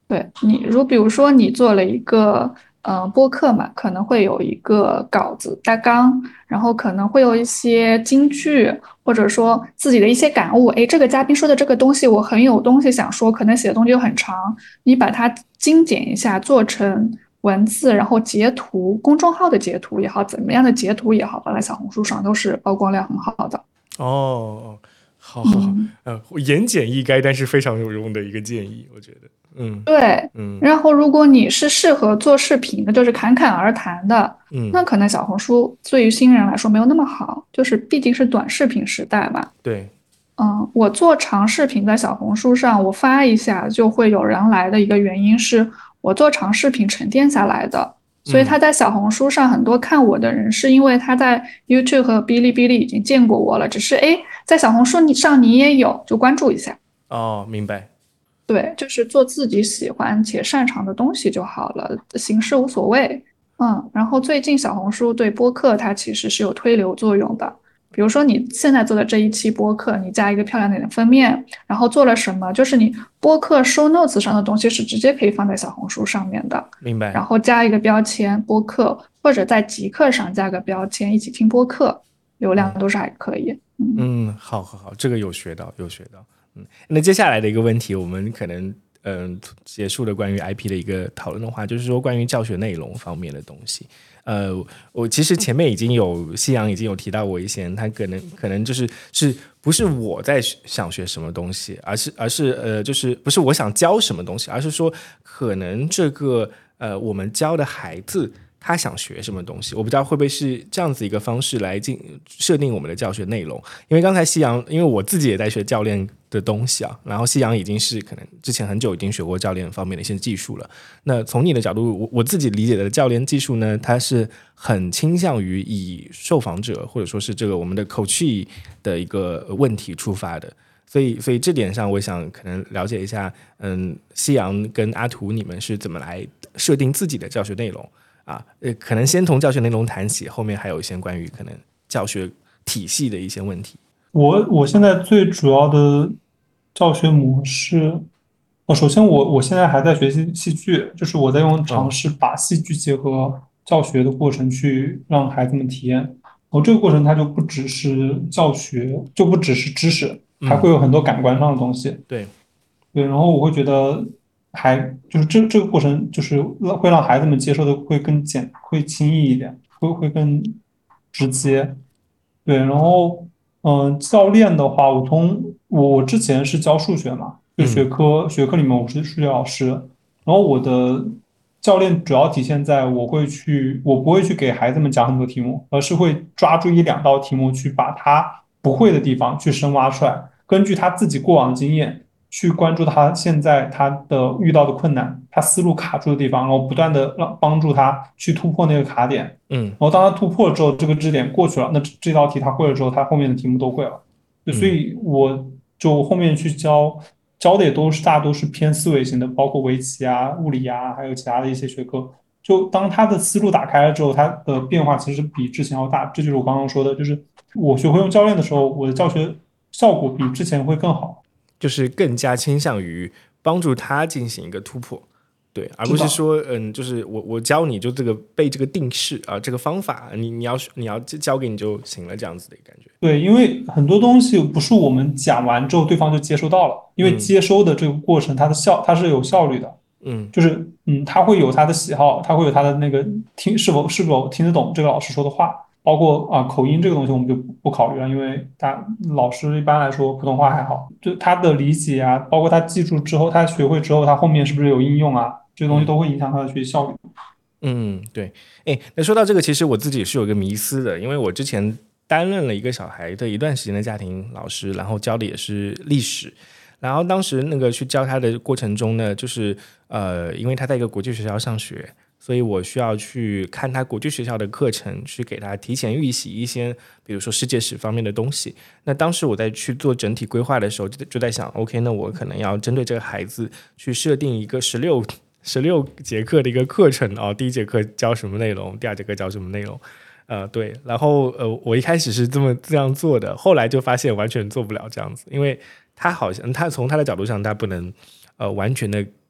对你，如比如说你做了一个呃播客嘛，可能会有一个稿子大纲，然后可能会有一些金句，或者说自己的一些感悟。诶，这个嘉宾说的这个东西我很有东西想说，可能写的东西又很长，你把它精简一下，做成文字，然后截图，公众号的截图也好，怎么样的截图也好，放在小红书上都是曝光量很好的。 哦，好好好， 嗯， 呃，言简意赅，但是非常有用的一个建议，我觉得，嗯对。 嗯然后，如果你是适合做视频的，就是侃侃而谈的，那嗯， 可能小红书对于新人来说没有那么好，就是毕竟是短视频时代嘛。 对， 嗯，我做长视频在小红书上，我发一下就会有人来的一个原因是我做长视频沉淀下来的，所以他嗯在小红书上很多看我的人是因为他在 YouTube 和哔哩哔哩已经见过我了，只是诶，在小红书你上你也有，就关注一下。 哦，明白。 对，就是做自己喜欢且擅长的东西就好了，形式无所谓。嗯，然后最近小红书对播客它其实是有推流作用的。比如说你现在做的这一期播客，你加一个漂亮点的封面，然后做了什么，就是你播客 show notes 上的东西是直接可以放在小红书上面的， 明白。 然后加一个标签播客，或者在极客上加个标签一起听播客，流量都是还可以。嗯。 嗯，好好好，这个有学到，有学到。嗯，那接下来的一个问题，我们可能嗯、呃、结束了关于 I P 的一个讨论的话，就是说关于教学内容方面的东西。呃，我其实前面已经有夕阳已经有提到过一些，他可能可能就是是不是我在想学什么东西，而是而是呃就是不是我想教什么东西，而是说可能这个呃我们教的孩子他想学什么东西，我不知道会不会是这样子一个方式来进设定我们的教学内容。因为刚才夕阳，因为我自己也在学教练的东西啊，然后夕阳已经是可能之前很久已经学过教练方面的一些技术了。那从你的角度，我我自己理解的教练技术呢，它是很倾向于以受访者或者说是这个我们的口气的一个问题出发的。所以，所以这点上，我想可能了解一下，嗯，夕阳跟阿图你们是怎么来设定自己的教学内容？啊，呃，可能先从教学内容谈起，后面还有一些关于可能教学体系的一些问题。 我我现在最主要的教学模式，呃，首先我我现在还在学习戏剧，就是我在用尝嗯试把戏剧结合教学的过程去让孩子们体验。然后这个过程它就不只是教学，就不只是知识，还嗯， 会有很多感官上的东西。 对， 对，然后我会觉得还就是这这个过程就是会让孩子们接受的会更简，会轻易一点，会会更直接。对，然后嗯、呃教练的话，我从我我之前是教数学嘛，就学嗯科学科里面我是数学老师，然后我的教练主要体现在我会去，我不会去给孩子们讲很多题目，而是会抓住一两道题目去把他不会的地方去深挖出来，根据他自己过往的经验。去关注他现在他的遇到的困难，他思路卡住的地方，然后不断的让帮助他去突破那个卡点。 嗯然后当他突破了之后，这个支点过去了，那这这道题他会了之后，他后面的题目都会了。对，所嗯以我就后面去教教的也都是大都是偏思维型的，包括围棋啊、物理啊，还有其他的一些学科。就当他的思路打开了之后，他的变化其实比之前要大。这就是我刚刚说的，就是我学会用教练的时候，我的教学效果比之前会更好。 就是更加倾向于帮助他进行一个突破，对，而不是的。 是说，嗯，就是我我教你就这个背这个定式啊，这个方法，你你要你要教给你就行了，这样子的感觉。 对，因为很多东西不是我们讲完之后对方就接收到了，因为嗯接收的这个过程，它的效它是有效率的。 嗯就是嗯，他会有他的喜好，他会有他的那个听是否是否听得懂这个老师说的话，包括啊口音这个东西我们就不不考虑了，因为他老师一般来说普通话还好，就他的理解啊，包括他记住之后，他学会之后，他后面是不是有应用啊，这些东西嗯都会影响他的学习效率。 嗯，对，哎，那说到这个，其实我自己是有一个迷思的，因为我之前担任了一个小孩的一段时间的家庭老师，然后教的也是历史。然后当时那个去教他的过程中呢，就是呃，因为他在一个国际学校上学，所以我需要去看他国际学校的课程，去给他提前预习一些，比如说世界史方面的东西。那当时我在去做整体规划的时候，就就在想 ，OK， 那我可能要针对这个孩子去设定一个十六十六节课的一个课程哦，第一节课教什么内容，第二节课教什么内容。呃，对，然后呃，我一开始是这么这样做的，后来就发现完全做不了这样子，因为他好像他从他的角度上，他不能呃完全的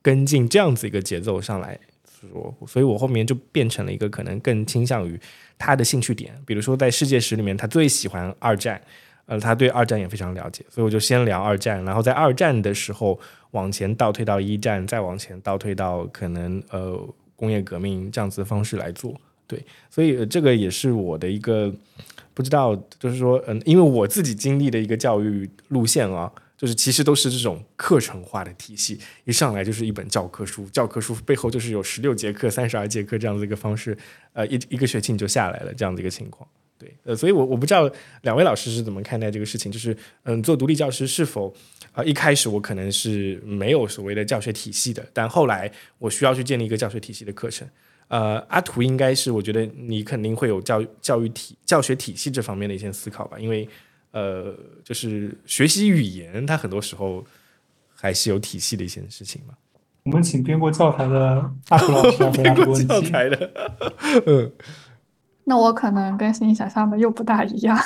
跟进这样子一个节奏上来说，所以我后面就变成了一个可能更倾向于他的兴趣点，比如说在世界史里面他最喜欢二战，呃，他对二战也非常了解，所以我就先聊二战，然后在二战的时候往前倒推到一战，再往前倒推到可能呃工业革命这样子的方式来做。对，所以、呃、这个也是我的一个不知道，就是说，嗯，因为我自己经历的一个教育路线啊，就是其实都是这种课程化的体系，一上来就是一本教科书，教科书背后就是有十六节课、三十二节课这样子一个方式，呃，一一个学期你就下来了这样的一个情况。对，呃，所以我我不知道两位老师是怎么看待这个事情，就是嗯，做独立教师是否啊、呃，一开始我可能是没有所谓的教学体系的，但后来我需要去建立一个教学体系的课程。呃，阿图应该是我觉得你肯定会有教教育体教学体系这方面的一些思考吧，因为呃，就是学习语言，它很多时候还是有体系的一些事情嘛。 我们请编过教材的阿图老师来回答这个问题。 教材的，嗯， 那我可能跟你想象的又不大一样。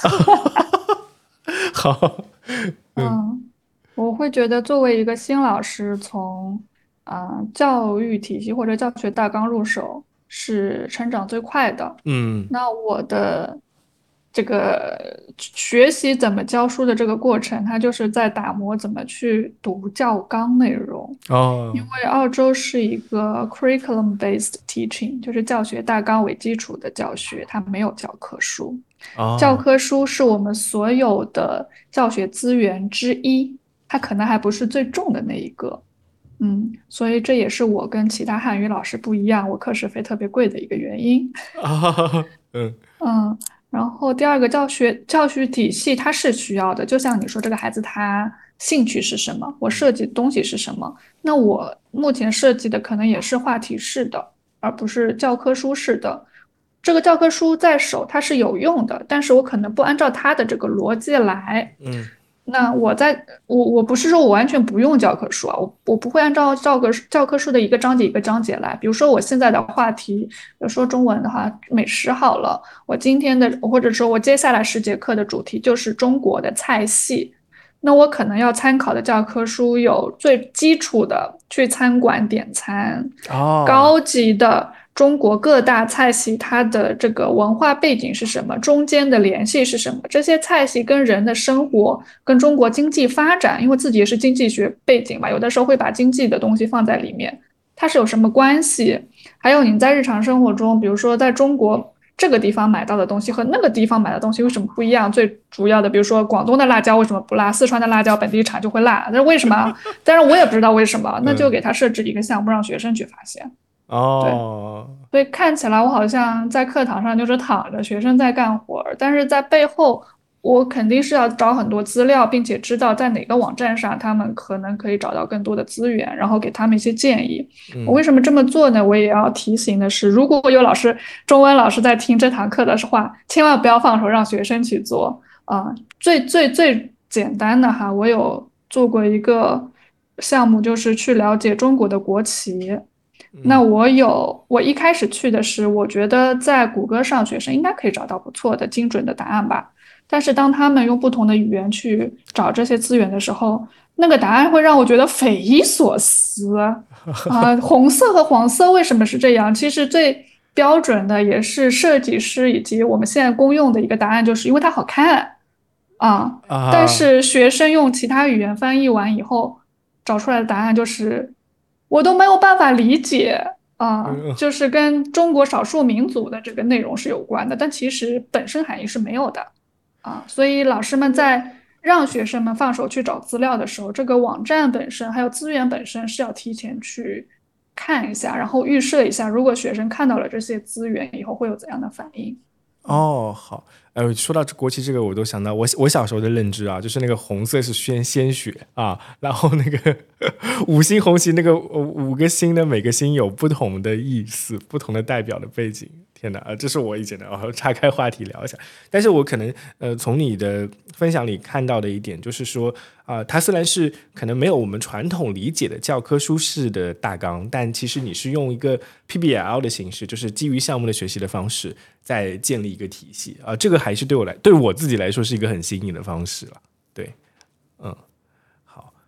好， 嗯，我会觉得作为一个新老师，从呃教育体系或者教学大纲入手是成长最快的。 嗯， 那我的这个学习怎么教书的这个过程，它就是在打磨怎么去读教纲内容。 哦， 因为澳洲是一个 curriculum-based teaching，就是教学大纲为基础的教学，它没有教科书。 哦， 教科书是我们所有的教学资源之一，它可能还不是最重的那一个。嗯，所以这也是我跟其他汉语老师不一样，我课时费特别贵的一个原因。 啊，嗯嗯，然后第二个教学教学体系它是需要的，就像你说这个孩子他兴趣是什么，我设计的东西是什么，那我目前设计的可能也是话题式的，而不是教科书式的。这个教科书在手它是有用的，但是我可能不按照它的这个逻辑来。 嗯那我在我我不是说我完全不用教科书啊，我我不会按照教科教科书的一个章节一个章节来。比如说我现在的话题，比如说中文的话，美食好了，我今天的或者说我接下来十节课的主题就是中国的菜系，那我可能要参考的教科书有最基础的去餐馆点餐， 哦， 高级的中国各大菜系它的这个文化背景是什么，中间的联系是什么，这些菜系跟人的生活、跟中国经济发展，因为自己也是经济学背景嘛，有的时候会把经济的东西放在里面，它是有什么关系？还有你在日常生活中，比如说在中国这个地方买到的东西和那个地方买的东西为什么不一样？最主要的，比如说广东的辣椒为什么不辣，四川的辣椒本地产就会辣，那是为什么？但是我也不知道为什么，那就给他设置一个项目，让学生去发现。 哦， 所以看起来我好像在课堂上就是躺着，学生在干活儿，但是在背后我肯定是要找很多资料，并且知道在哪个网站上他们可能可以找到更多的资源，然后给他们一些建议。 嗯我为什么这么做呢？我也要提醒的是，如果有老师，中文老师在听这堂课的话，千万不要放手让学生去做啊、呃最最最简单的哈，我有做过一个项目，就是去了解中国的国旗。那我有，我一开始去的是，我觉得在谷歌上学生应该可以找到不错的精准的答案吧。但是当他们用不同的语言去找这些资源的时候，那个答案会让我觉得匪夷所思啊、呃！红色和黄色为什么是这样？其实最标准的也是设计师以及我们现在公用的一个答案，就是因为它好看啊。 啊， 但是学生用其他语言翻译完以后，找出来的答案就是我都没有办法理解啊、 嗯就是跟中国少数民族的这个内容是有关的，但其实本身含义是没有的。啊，所以老师们在让学生们放手去找资料的时候，这个网站本身还有资源本身是要提前去看一下，然后预设一下，如果学生看到了这些资源以后会有怎样的反应。 哦，好，呃，说到国旗这个，我都想到我我小时候的认知啊，就是那个红色是宣鲜血啊，然后那个五星红旗那个五个星的每个星有不同的意思，不同的代表的背景。天哪，呃，这是我以前的，然后岔开话题聊一下。但是我可能呃从你的分享里看到的一点就是说，啊、呃，它虽然是可能没有我们传统理解的教科书式的大纲，但其实你是用一个 P B L 的形式，就是基于项目的学习的方式，在建立一个体系啊、呃，这个还是对我来对我自己来说是一个很新颖的方式了。对，嗯，好好，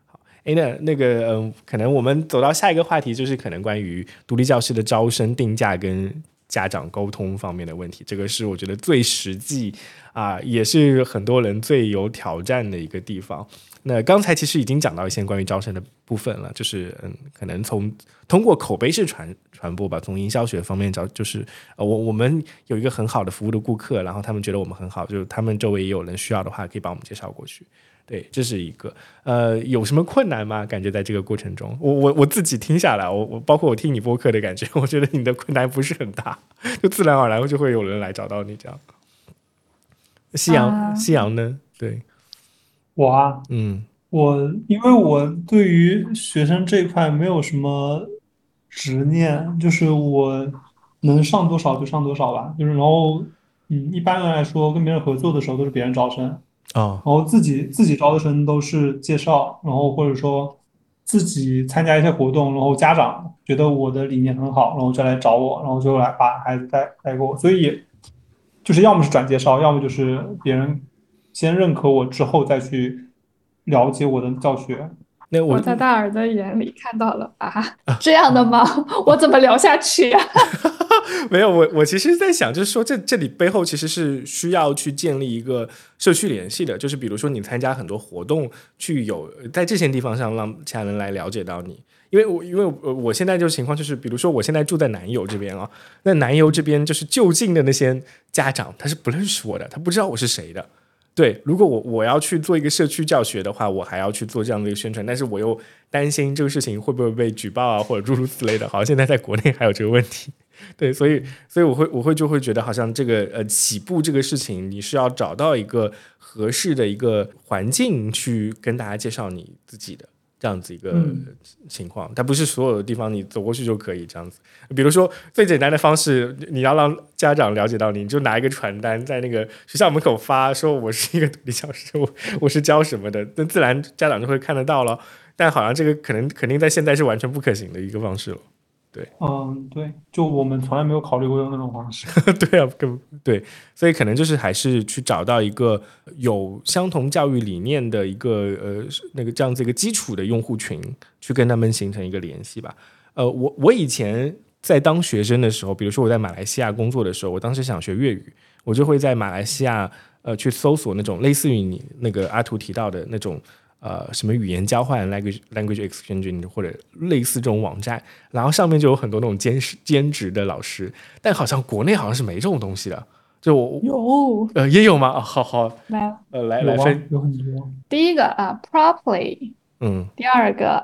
哎，那那个嗯、呃，可能我们走到下一个话题，就是可能关于独立教师的招生定价跟家长沟通方面的问题，这个是我觉得最实际啊、呃，也是很多人最有挑战的一个地方。那刚才其实已经讲到一些关于招生的部分了，就是嗯，可能从通过口碑式传传播吧，从营销学方面找，就是呃，我我们有一个很好的服务的顾客，然后他们觉得我们很好，就是他们周围也有人需要的话，可以帮我们介绍过去。对，这是一个。呃，有什么困难吗？感觉在这个过程中，我我我自己听下来，我我包括我听你播客的感觉，我觉得你的困难不是很大，就自然而然就会有人来找到你这样。夕阳， 啊夕阳呢？对， 我啊， 嗯我因为我对于学生这一块没有什么执念，就是我能上多少就上多少吧。就是然后，嗯，一般来说跟别人合作的时候都是别人招生，然哦后自己自己招的生都是介绍，然后或者说自己参加一些活动，然后家长觉得我的理念很好，然后就来找我，然后就来把孩子带带给我，所以就是要么是转介绍，要么就是别人先认可我之后再去了解我的教学。 那我我在大耳的眼里看到了啊，这样的吗？我怎么聊下去啊？ 没有，我我其实在想，就是说这这里背后其实是需要去建立一个社区联系的，就是比如说你参加很多活动，去有在这些地方上让其他人来了解到你。因为我因为我现在就情况就是，比如说我现在住在南邮这边啊，那南邮这边就是就近的那些家长他是不认识我的，他不知道我是谁的。对，如果我我要去做一个社区教学的话，我还要去做这样的一个宣传，但是我又担心这个事情会不会被举报啊，或者诸如此类的。好像现在在国内还有这个问题，对，所以所以我会我会就会觉得，好像这个呃起步这个事情，你是要找到一个合适的一个环境去跟大家介绍你自己的。这样子一个情况，它不是所有的地方你走过去就可以这样子。比如说最简单的方式，你要让家长了解到你，你就拿一个传单在那个学校门口发，说我是一个独立教师，我我是教什么的，那自然家长就会看得到了。但好像这个可能肯定在现在是完全不可行的一个方式了。对， 嗯，对，就我们从来没有考虑过用那种方式。 对啊，对，所以可能就是还是去找到一个有相同教育理念的一个呃那个这样子一个基础的用户群，去跟他们形成一个联系吧。呃，我我以前在当学生的时候，比如说我在马来西亚工作的时候，我当时想学粤语，我就会在马来西亚呃去搜索那种类似于你那个阿图提到的那种。呃，什么语言交换 language language exchange 或者类似这种网站，然后上面就有很多那种兼兼职的老师，但好像国内好像是没这种东西的，就我有呃也有吗？啊，好好， 来呃来有啊， 来分， 有很多。 第一个啊，Properly， 嗯第二个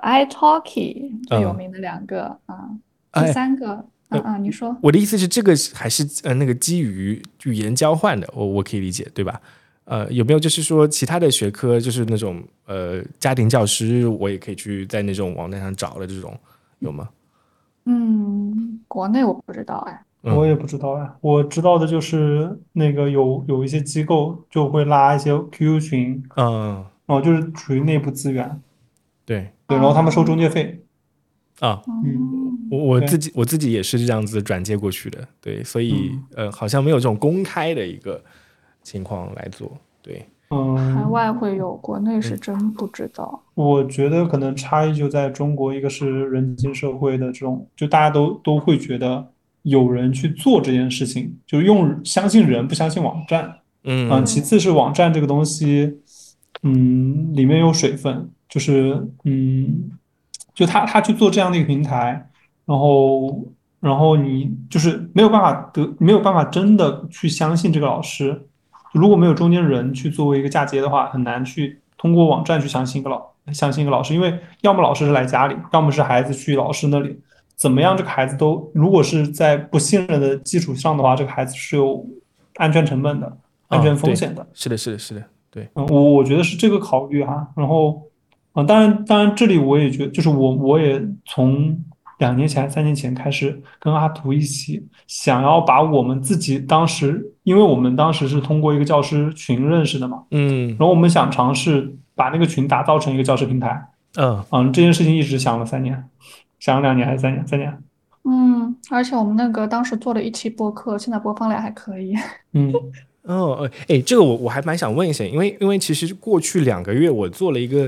iTalki 最有嗯， 名的两个啊，第哎， 三个啊啊，你说我的意思是这个还是呃那个基于语言交换的，我我可以理解对吧？呃，有没有就是说其他的学科，就是那种呃家庭教师，我也可以去在那种网站上找的这种有吗？ 嗯，国内我不知道哎。 嗯我也不知道呀，我知道的就是那个有有一些机构就会拉一些 Q Q 群， 嗯， 然后就是属于内部资源， 对对，然后他们收哦中介费。 啊。 嗯， 嗯我我自对， 己我自己也是这样子转接过去的，对，所以嗯呃，好像没有这种公开的一个情况来做，对， 海嗯， 外会有，国内是真不知道。 我觉得可能差异就在中国，一个是人情社会的这种，就大家都都会觉得有人去做这件事情，就是用相信人不相信网站。嗯， 嗯其对， 次是网站这个东西，嗯，里面有水分，就是嗯，就他他去做这样的一个平台，然后然后你就是没有办法得没有办法真的去相信这个老师，如果没有中间人去作为一个嫁接的话，很难去通过网站去相信一个老相信一个老师，因为要么老师是来家里，要么是孩子去老师那里，怎么样这个孩子都如果是在不信任的基础上的话，这个孩子是有安全成本的。安啊，对， 全风险的。 是的，是的，是的，对， 嗯，我我觉得是这个考虑哈。然后，啊，当然，当然，这里我也觉得，就是我我也从两年前、三年前开始跟阿图一起，想要把我们自己当时，因为我们当时是通过一个教师群认识的嘛， 嗯然后我们想尝试把那个群打造成一个教师平台。 嗯嗯，这件事情一直想了三年，想了两年还是三年？三年。 嗯，而且我们那个当时做了一期播客，现在播放量还可以。 嗯哦，呃哎，这个我我还蛮想问一下，因为因为其实过去两个月我做了一个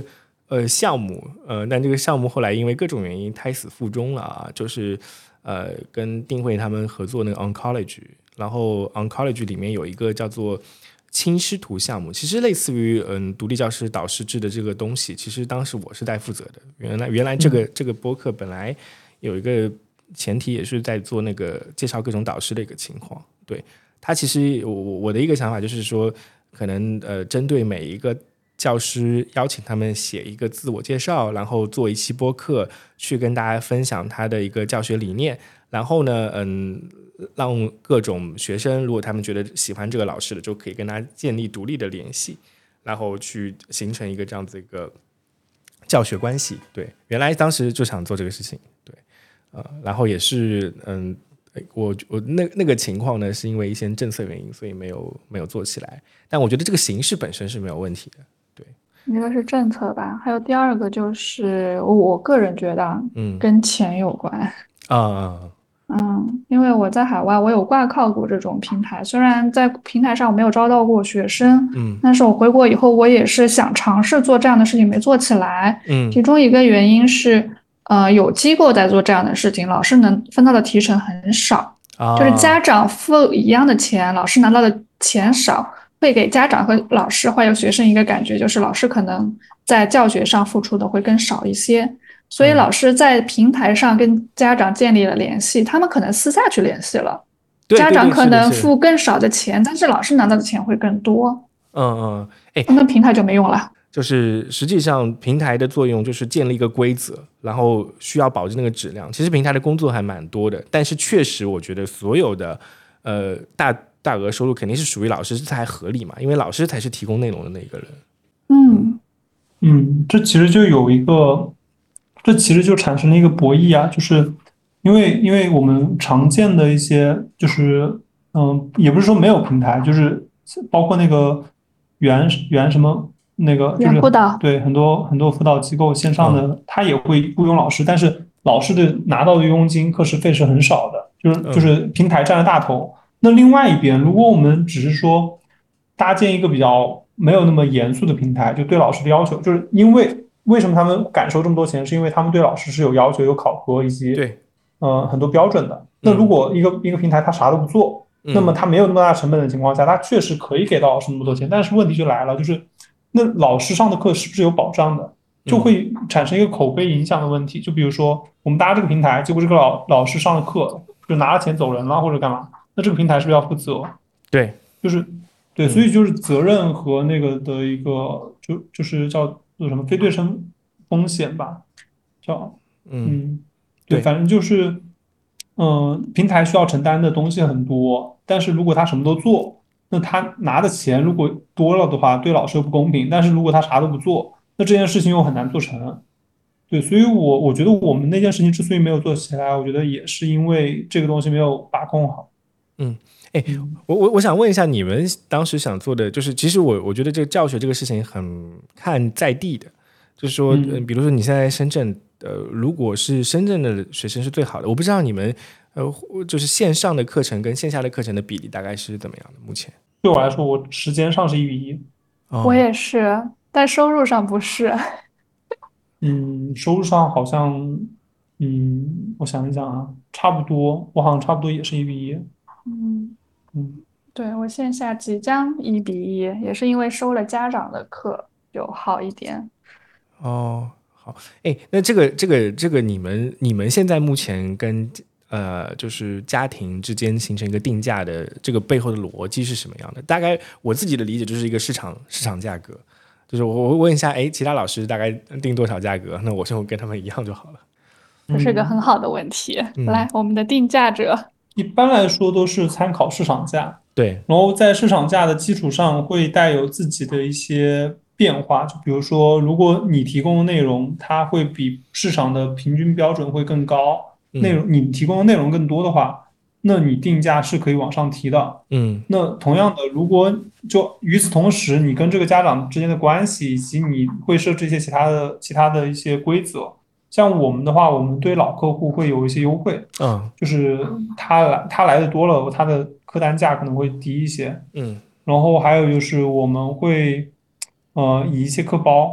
呃项目，呃，但这个项目后来因为各种原因胎死腹中了啊，就是呃跟定慧他们合作那个 oncology， 然后 oncology 里面有一个叫做亲师徒项目，其实类似于嗯独立教师导师制的这个东西，其实当时我是在负责的。原来原来这个、嗯、这个播客本来有一个前提也是在做那个介绍各种导师的一个情况。对，他其实我我的一个想法就是说，可能呃针对每一个教师邀请他们写一个自我介绍，然后做一期播客去跟大家分享他的一个教学理念，然后呢嗯。让各种学生如果他们觉得喜欢这个老师的，就可以跟他建立独立的联系，然后去形成一个这样子一个教学关系。对，原来当时就想做这个事情。对，呃，然后也是嗯，我我那那个情况呢，是因为一些政策原因，所以没有没有做起来。但我觉得这个形式本身是没有问题的。对， 一个是政策吧，还有第二个就是我个人觉得， 嗯， 跟钱有关啊。嗯嗯，因为我在海外，我有挂靠过这种平台，虽然在平台上我没有招到过学生， 嗯， 但是我回国以后，我也是想尝试做这样的事情，没做起来。 嗯， 其中一个原因是，呃，有机构在做这样的事情，老师能分到的提成很少， 啊、 就是家长付一样的钱，老师拿到的钱少，会给家长和老师还有学生一个感觉，就是老师可能在教学上付出的会更少一些。所以老师在平台上跟家长建立了联系，嗯、他们可能私下去联系了， 对对对， 家长可能付更少的钱，但是老师拿到的钱会更多。 嗯嗯，哎， 那平台就没用了。 就是实际上平台的作用就是建立一个规则，然后需要保证那个质量。其实平台的工作还蛮多的，但是确实我觉得所有的呃大大额收入肯定是属于老师，这才合理嘛，因为老师才是提供内容的那个人。 嗯嗯，这其实就有一个。这其实就产生了一个博弈啊，就是因为因为我们常见的一些就是嗯，也不是说没有平台，就是包括那个原原什么那个就是辅导， 对很多很多辅导机构线上的， 嗯、 他也会雇佣老师，但是老师的拿到的佣金课时费是很少的，就是就是平台占了大头。那另外一边，如果我们只是说搭建一个比较没有那么严肃的平台，就对老师的要求，就是因为。为什么他们敢收这么多钱？是因为他们对老师是有要求、有考核以及对， 呃很多标准的。那如果一个、嗯、一个平台他啥都不做，那么他没有那么大成本的情况下，他确实可以给到老师那么多钱。但是问题就来了，就是那老师上的课是不是有保障的？就会产生一个口碑影响的问题。就比如说我们搭这个平台，结果这个老老师上了课就拿了钱走人了或者干嘛，那这个平台是不是要负责？ 对， 就是对，所以就是责任和那个的一个就就是叫。做什么非对称风险吧，叫嗯，对，反正就是，嗯、呃，平台需要承担的东西很多，但是如果他什么都做，那他拿的钱如果多了的话，对老师又不公平；但是如果他啥都不做，那这件事情又很难做成。对，所以我我觉得我们那件事情之所以没有做起来，我觉得也是因为这个东西没有把控好。 嗯。哎，我我我想问一下，你们当时想做的，就是其实我我觉得这个教学这个事情很看在地的，就是说，嗯，比如说你现在深圳，呃，如果是深圳的学生是最好的，我不知道你们，呃，就是线上的课程跟线下的课程的比例大概是怎么样的？目前对我来说，我时间上是一比一， 哦、 我也是，但收入上不是。 嗯，收入上好像，嗯，我想一想啊，差不多，我好像差不多也是一比一， 嗯。 嗯， 对，我线下即将一比一，也是因为收了家长的课就好一点。 哦，好，哎，那这个这个这个，你们你们现在目前跟呃，就是家庭之间形成一个定价的这个背后的逻辑是什么样的？大概我自己的理解就是一个市场市场价格，就是我我问一下，哎，其他老师大概定多少价格？那我就跟他们一样就好了。 这是个很好的问题。 嗯、 来，我们的定价者。 一般来说都是参考市场价， 对， 然后在市场价的基础上会带有自己的一些变化，就比如说，如果你提供的内容它会比市场的平均标准会更高，内容你提供的内容更多的话，那你定价是可以往上提的。 嗯， 那同样的，如果就与此同时，你跟这个家长之间的关系以及你会设置一些其他的其他的一些规则。像我们的话，我们对老客户会有一些优惠， 嗯，就是他来他来的多了，他的客单价可能会低一些， 嗯， 然后还有就是我们会，呃，以一些课包，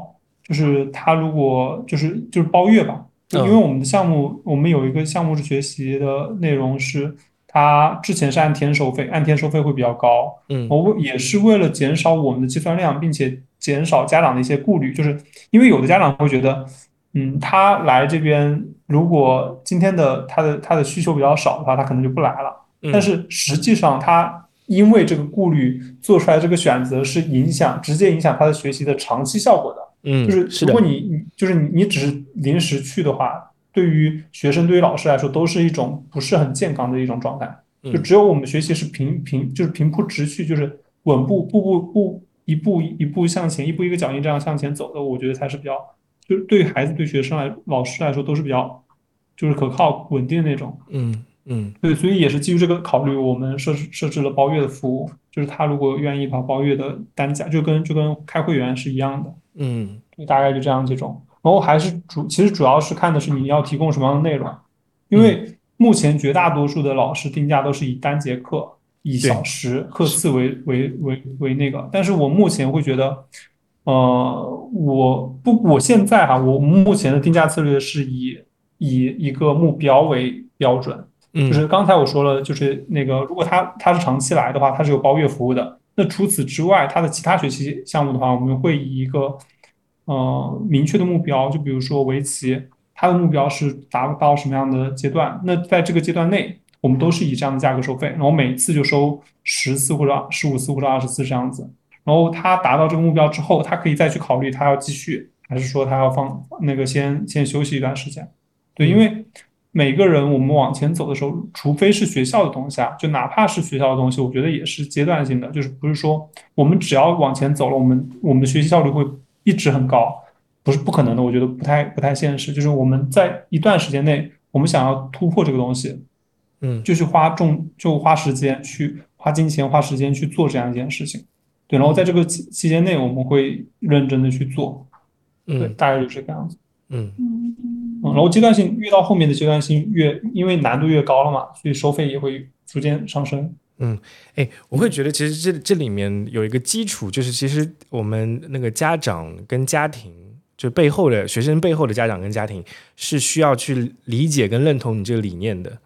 就是他如果就是就是包月吧，就因为嗯我们的项目，我们有一个项目制学习的内容是，它之前是按天收费，按天收费会比较高。 嗯我也是为了减少我们的计算量，并且减少家长的一些顾虑，就是因为有的家长会觉得，嗯，他来这边如果今天的他的他的需求比较少的话，他可能就不来了。但嗯是实际上，他因为这个顾虑做出来这个选择是影响直接影响他的学习的长期效果的。就嗯， 是是的， 如果你你就是你你只是临时去的话，对于学生对于老师来说都是一种不是很健康的一种状态。就嗯只有我们学习是平平就是平铺直叙，就是稳步步步步一步一步向前，一步一个脚印这样向前走的，我觉得才是比较就是对于孩子对学生来老师来说都是比较就是可靠稳定的那种。 嗯嗯对，所以也是基于这个考虑，我们设置设置了包月的服务，就是他如果愿意把包月的单价，就跟就跟开会员是一样的。 嗯就大概就这样几种。然后还是主，其实主要是看的是你要提供什么样的内容，因嗯， 为目前绝大多数的老师定价都是以单节课、以小对， 时课是， 次为为为为那个，但是我目前会觉得，呃，我不，我现在哈，我目前的定价策略是以以一个目标为标准，就嗯是刚才我说了，就是那个如果他他是长期来的话，他是有包月服务的。那除此之外，他的其他学习项目的话，我们会以一个呃明确的目标，就比如说围棋，它的目标是达到什么样的阶段？那在这个阶段内，我们都是以这样的价格收费，然后每次就收十次或者十五次或者二十次这样子。然后他达到这个目标之后，他可以再去考虑他要继续，还是说他要放那个先先休息一段时间。对，因嗯为每个人我们往前走的时候，除非是学校的东西啊，就哪怕是学校的东西，我觉得也是阶段性的，就是不是说我们只要往前走了，我们我们的学习效率会一直很高，不是不可能的，我觉得不太不太现实。就是我们在一段时间内，我们想要突破这个东西， 嗯就去花重就花时间去花金钱花时间去做这样一件事情。对，然后在嗯这个期期间内，我们会认真的去做。对， 嗯大概就这个样子。 嗯嗯，然后阶段性越到后面的阶段性越，因为难度越高了嘛，所以收费也会逐渐上升。 嗯，哎，我会觉得其实这这里面有一个基础，就是其实我们那个家长跟家庭，就背后的学生背后的家长跟家庭是需要去理解跟认同你这个理念的。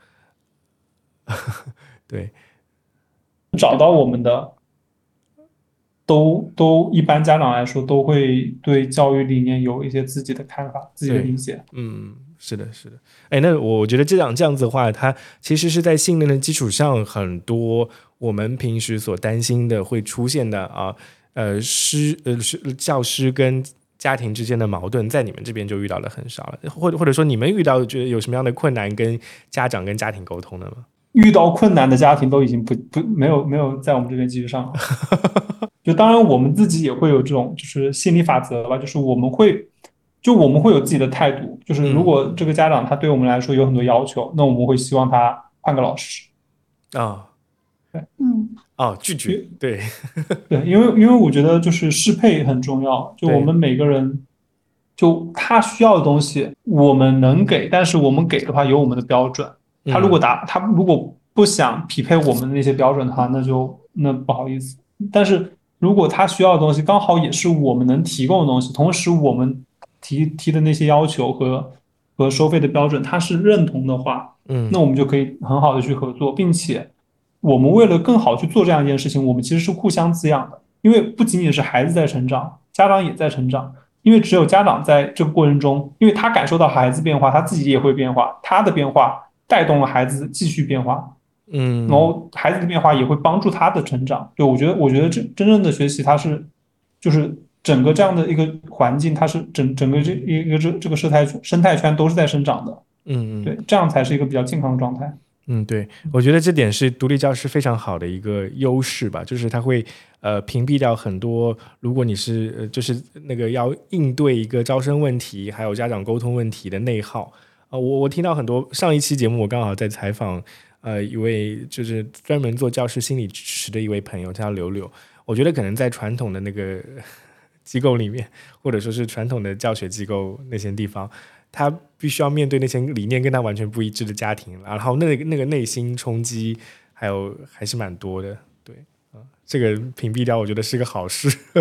对， 找到我们的都都一般家长来说都会对教育理念有一些自己的看法、自己的对， 理解。 嗯，是的，是的。哎，那我觉得这样这样子的话，它其实是在信任的基础上，很多我们平时所担心的会出现的啊，呃，师呃是教师跟家庭之间的矛盾，在你们这边就遇到的很少了，或者或者说你们遇到觉得有什么样的困难跟家长跟家庭沟通的吗？ 遇到困难的家庭都已经不不没有没有在我们这边继续上了。就当然我们自己也会有这种就是心理法则吧，就是我们会就我们会有自己的态度，就是如嗯果这个家长他对我们来说有很多要求，那我们会希望他换个老师。 啊对， 嗯哦，拒绝，对对，因为因为我觉得就是适配很重要，就我对， 们每个人就他需要的东西我们能给，但是我们给的话有我们的标准，他如果嗯达他如果不想匹配我们的那些标准的话，那就那不好意思。但是如果他需要的东西刚好也是我们能提供的东西，同时我们提提的那些要求和和收费的标准他是认同的话， 嗯那我们就可以很好的去合作，并且我们为了更好去做这样一件事情，我们其实是互相滋养的，因为不仅仅是孩子在成长，家长也在成长。因为只有家长在这个过程中，因为他感受到孩子变化，他自己也会变化，他的变化带动了孩子继续变化，然嗯后孩子的变化也会帮助他的成长。对，我觉得，我觉得真真正的学习，它是就是整个这样的一个环境，它是整整个这一个这这个生态生态圈都是在生长的。 嗯嗯。 对，这样才是一个比较健康的状态。 嗯，对，我觉得这点是独立教师非常好的一个优势吧，就是它会呃屏蔽掉很多，如果你是呃就是那个要应对一个招生问题，还有家长沟通问题的内耗啊、呃，我我听到很多上一期节目，我刚好在采访呃一位就是专门做教师心理支持的一位朋友，叫柳柳，我觉得可能在传统的那个机构里面，或者说是传统的教学机构那些地方。他必须要面对那些理念跟他完全不一致的家庭，然后那个那个内心冲击还有还是蛮多的，对啊，这个屏蔽掉我觉得是个好事。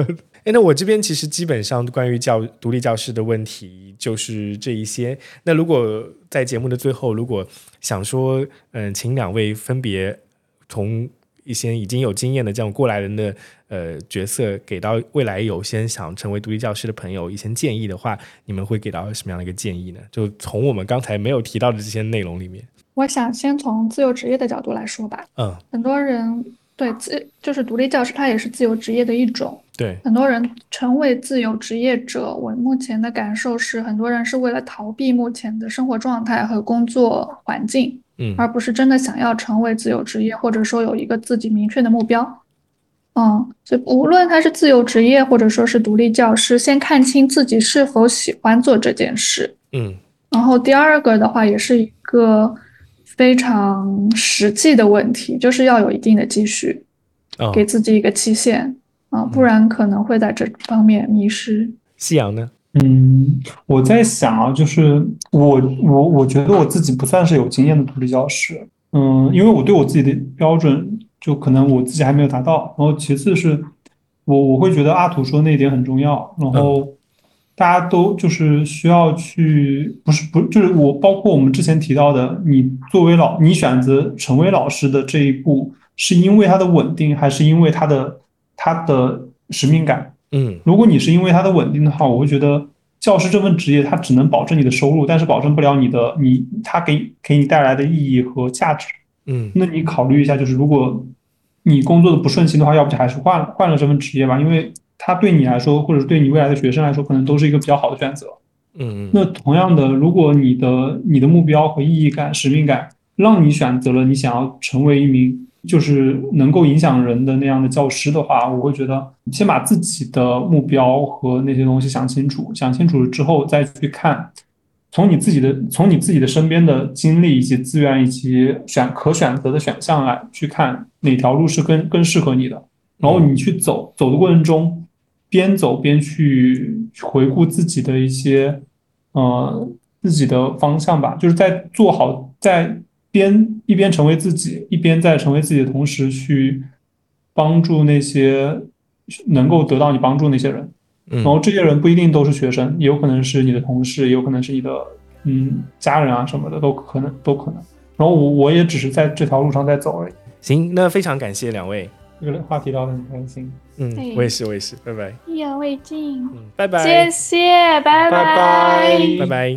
诶，那我这边其实基本上关于教独立教师的问题就是这一些。那如果在节目的最后，如果想说，嗯，请两位分别从一些已经有经验的这样过来人的呃角色，给到未来有些想成为独立教师的朋友一些建议的话，你们会给到什么样的一个建议呢？就从我们刚才没有提到的这些内容里面。 我想先从自由职业的角度来说吧。 嗯， 很多人对自就是独立教师，他也是自由职业的一种。 对， 很多人成为自由职业者，我目前的感受是，很多人是为了逃避目前的生活状态和工作环境， 嗯， 而不是真的想要成为自由职业，或者说有一个自己明确的目标。嗯，所以无论他是自由职业或者说是独立教师，先看清自己是否喜欢做这件事。 嗯， 然后第二个的话，也是一个非常实际的问题，就是要有一定的积蓄， 哦， 给自己一个期限啊，不然可能会在这方面迷失。 夕阳呢？ 嗯，我在想啊，就是我我我觉得我自己不算是有经验的独立教师，嗯，因为我对我自己的标准，就可能我自己还没有达到。然后其次是我我会觉得阿图说那一点很重要，然后大家都就是需要去，不是不就是我包括我们之前提到的，你作为老你选择成为老师的这一步，是因为它的稳定，还是因为它的它的使命感？ 嗯， 如果你是因为它的稳定的话，我会觉得教师这份职业它只能保证你的收入，但是保证不了你的你它给给你带来的意义和价值。 嗯， 那你考虑一下，就是如果你工作的不顺心的话，要不就还是换换了这份职业吧，因为它对你来说，或者对你未来的学生来说，可能都是一个比较好的选择。 嗯， 那同样的，如果你的你的目标和意义感、使命感让你选择了你想要成为一名就是能够影响人的那样的教师的话，我会觉得先把自己的目标和那些东西想清楚，想清楚了之后再去看，从你自己的从你自己的身边的经历以及资源以及选可选择的选项来去看哪条路是更更适合你的，然后你去走走的过程中，边走边去回顾自己的一些呃自己的方向吧，就是在做好在。边一边成为自己，一边在成为自己的同时，去帮助那些能够得到你帮助那些人。然后这些人不一定都是学生，也有可能是你的同事，也有可能是你的嗯家人啊什么的，都可能都可能。然后我我也只是在这条路上在走而已。 行，那非常感谢两位， 这个话题聊得很开心。 嗯，我也是，我也是，拜拜。 意犹未尽， 嗯，拜拜， 谢谢，拜拜拜拜。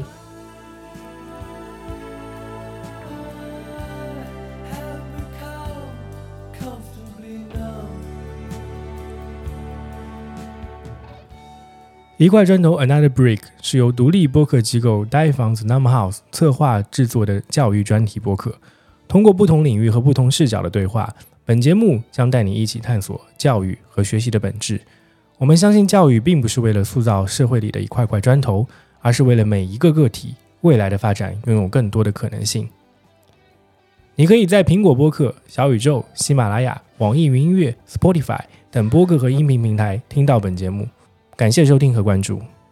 一块砖头 Another Brick 是由独立播客机构 Die Fonts Number House 策划制作的教育专题播客。通过不同领域和不同视角的对话，本节目将带你一起探索教育和学习的本质。我们相信教育并不是为了塑造社会里的一块块砖头，而是为了每一个个体未来的发展拥有更多的可能性。你可以在苹果播客、小宇宙、喜马拉雅、网易云音乐、Spotify 等播客和音频平台听到本节目。感谢收听和关注。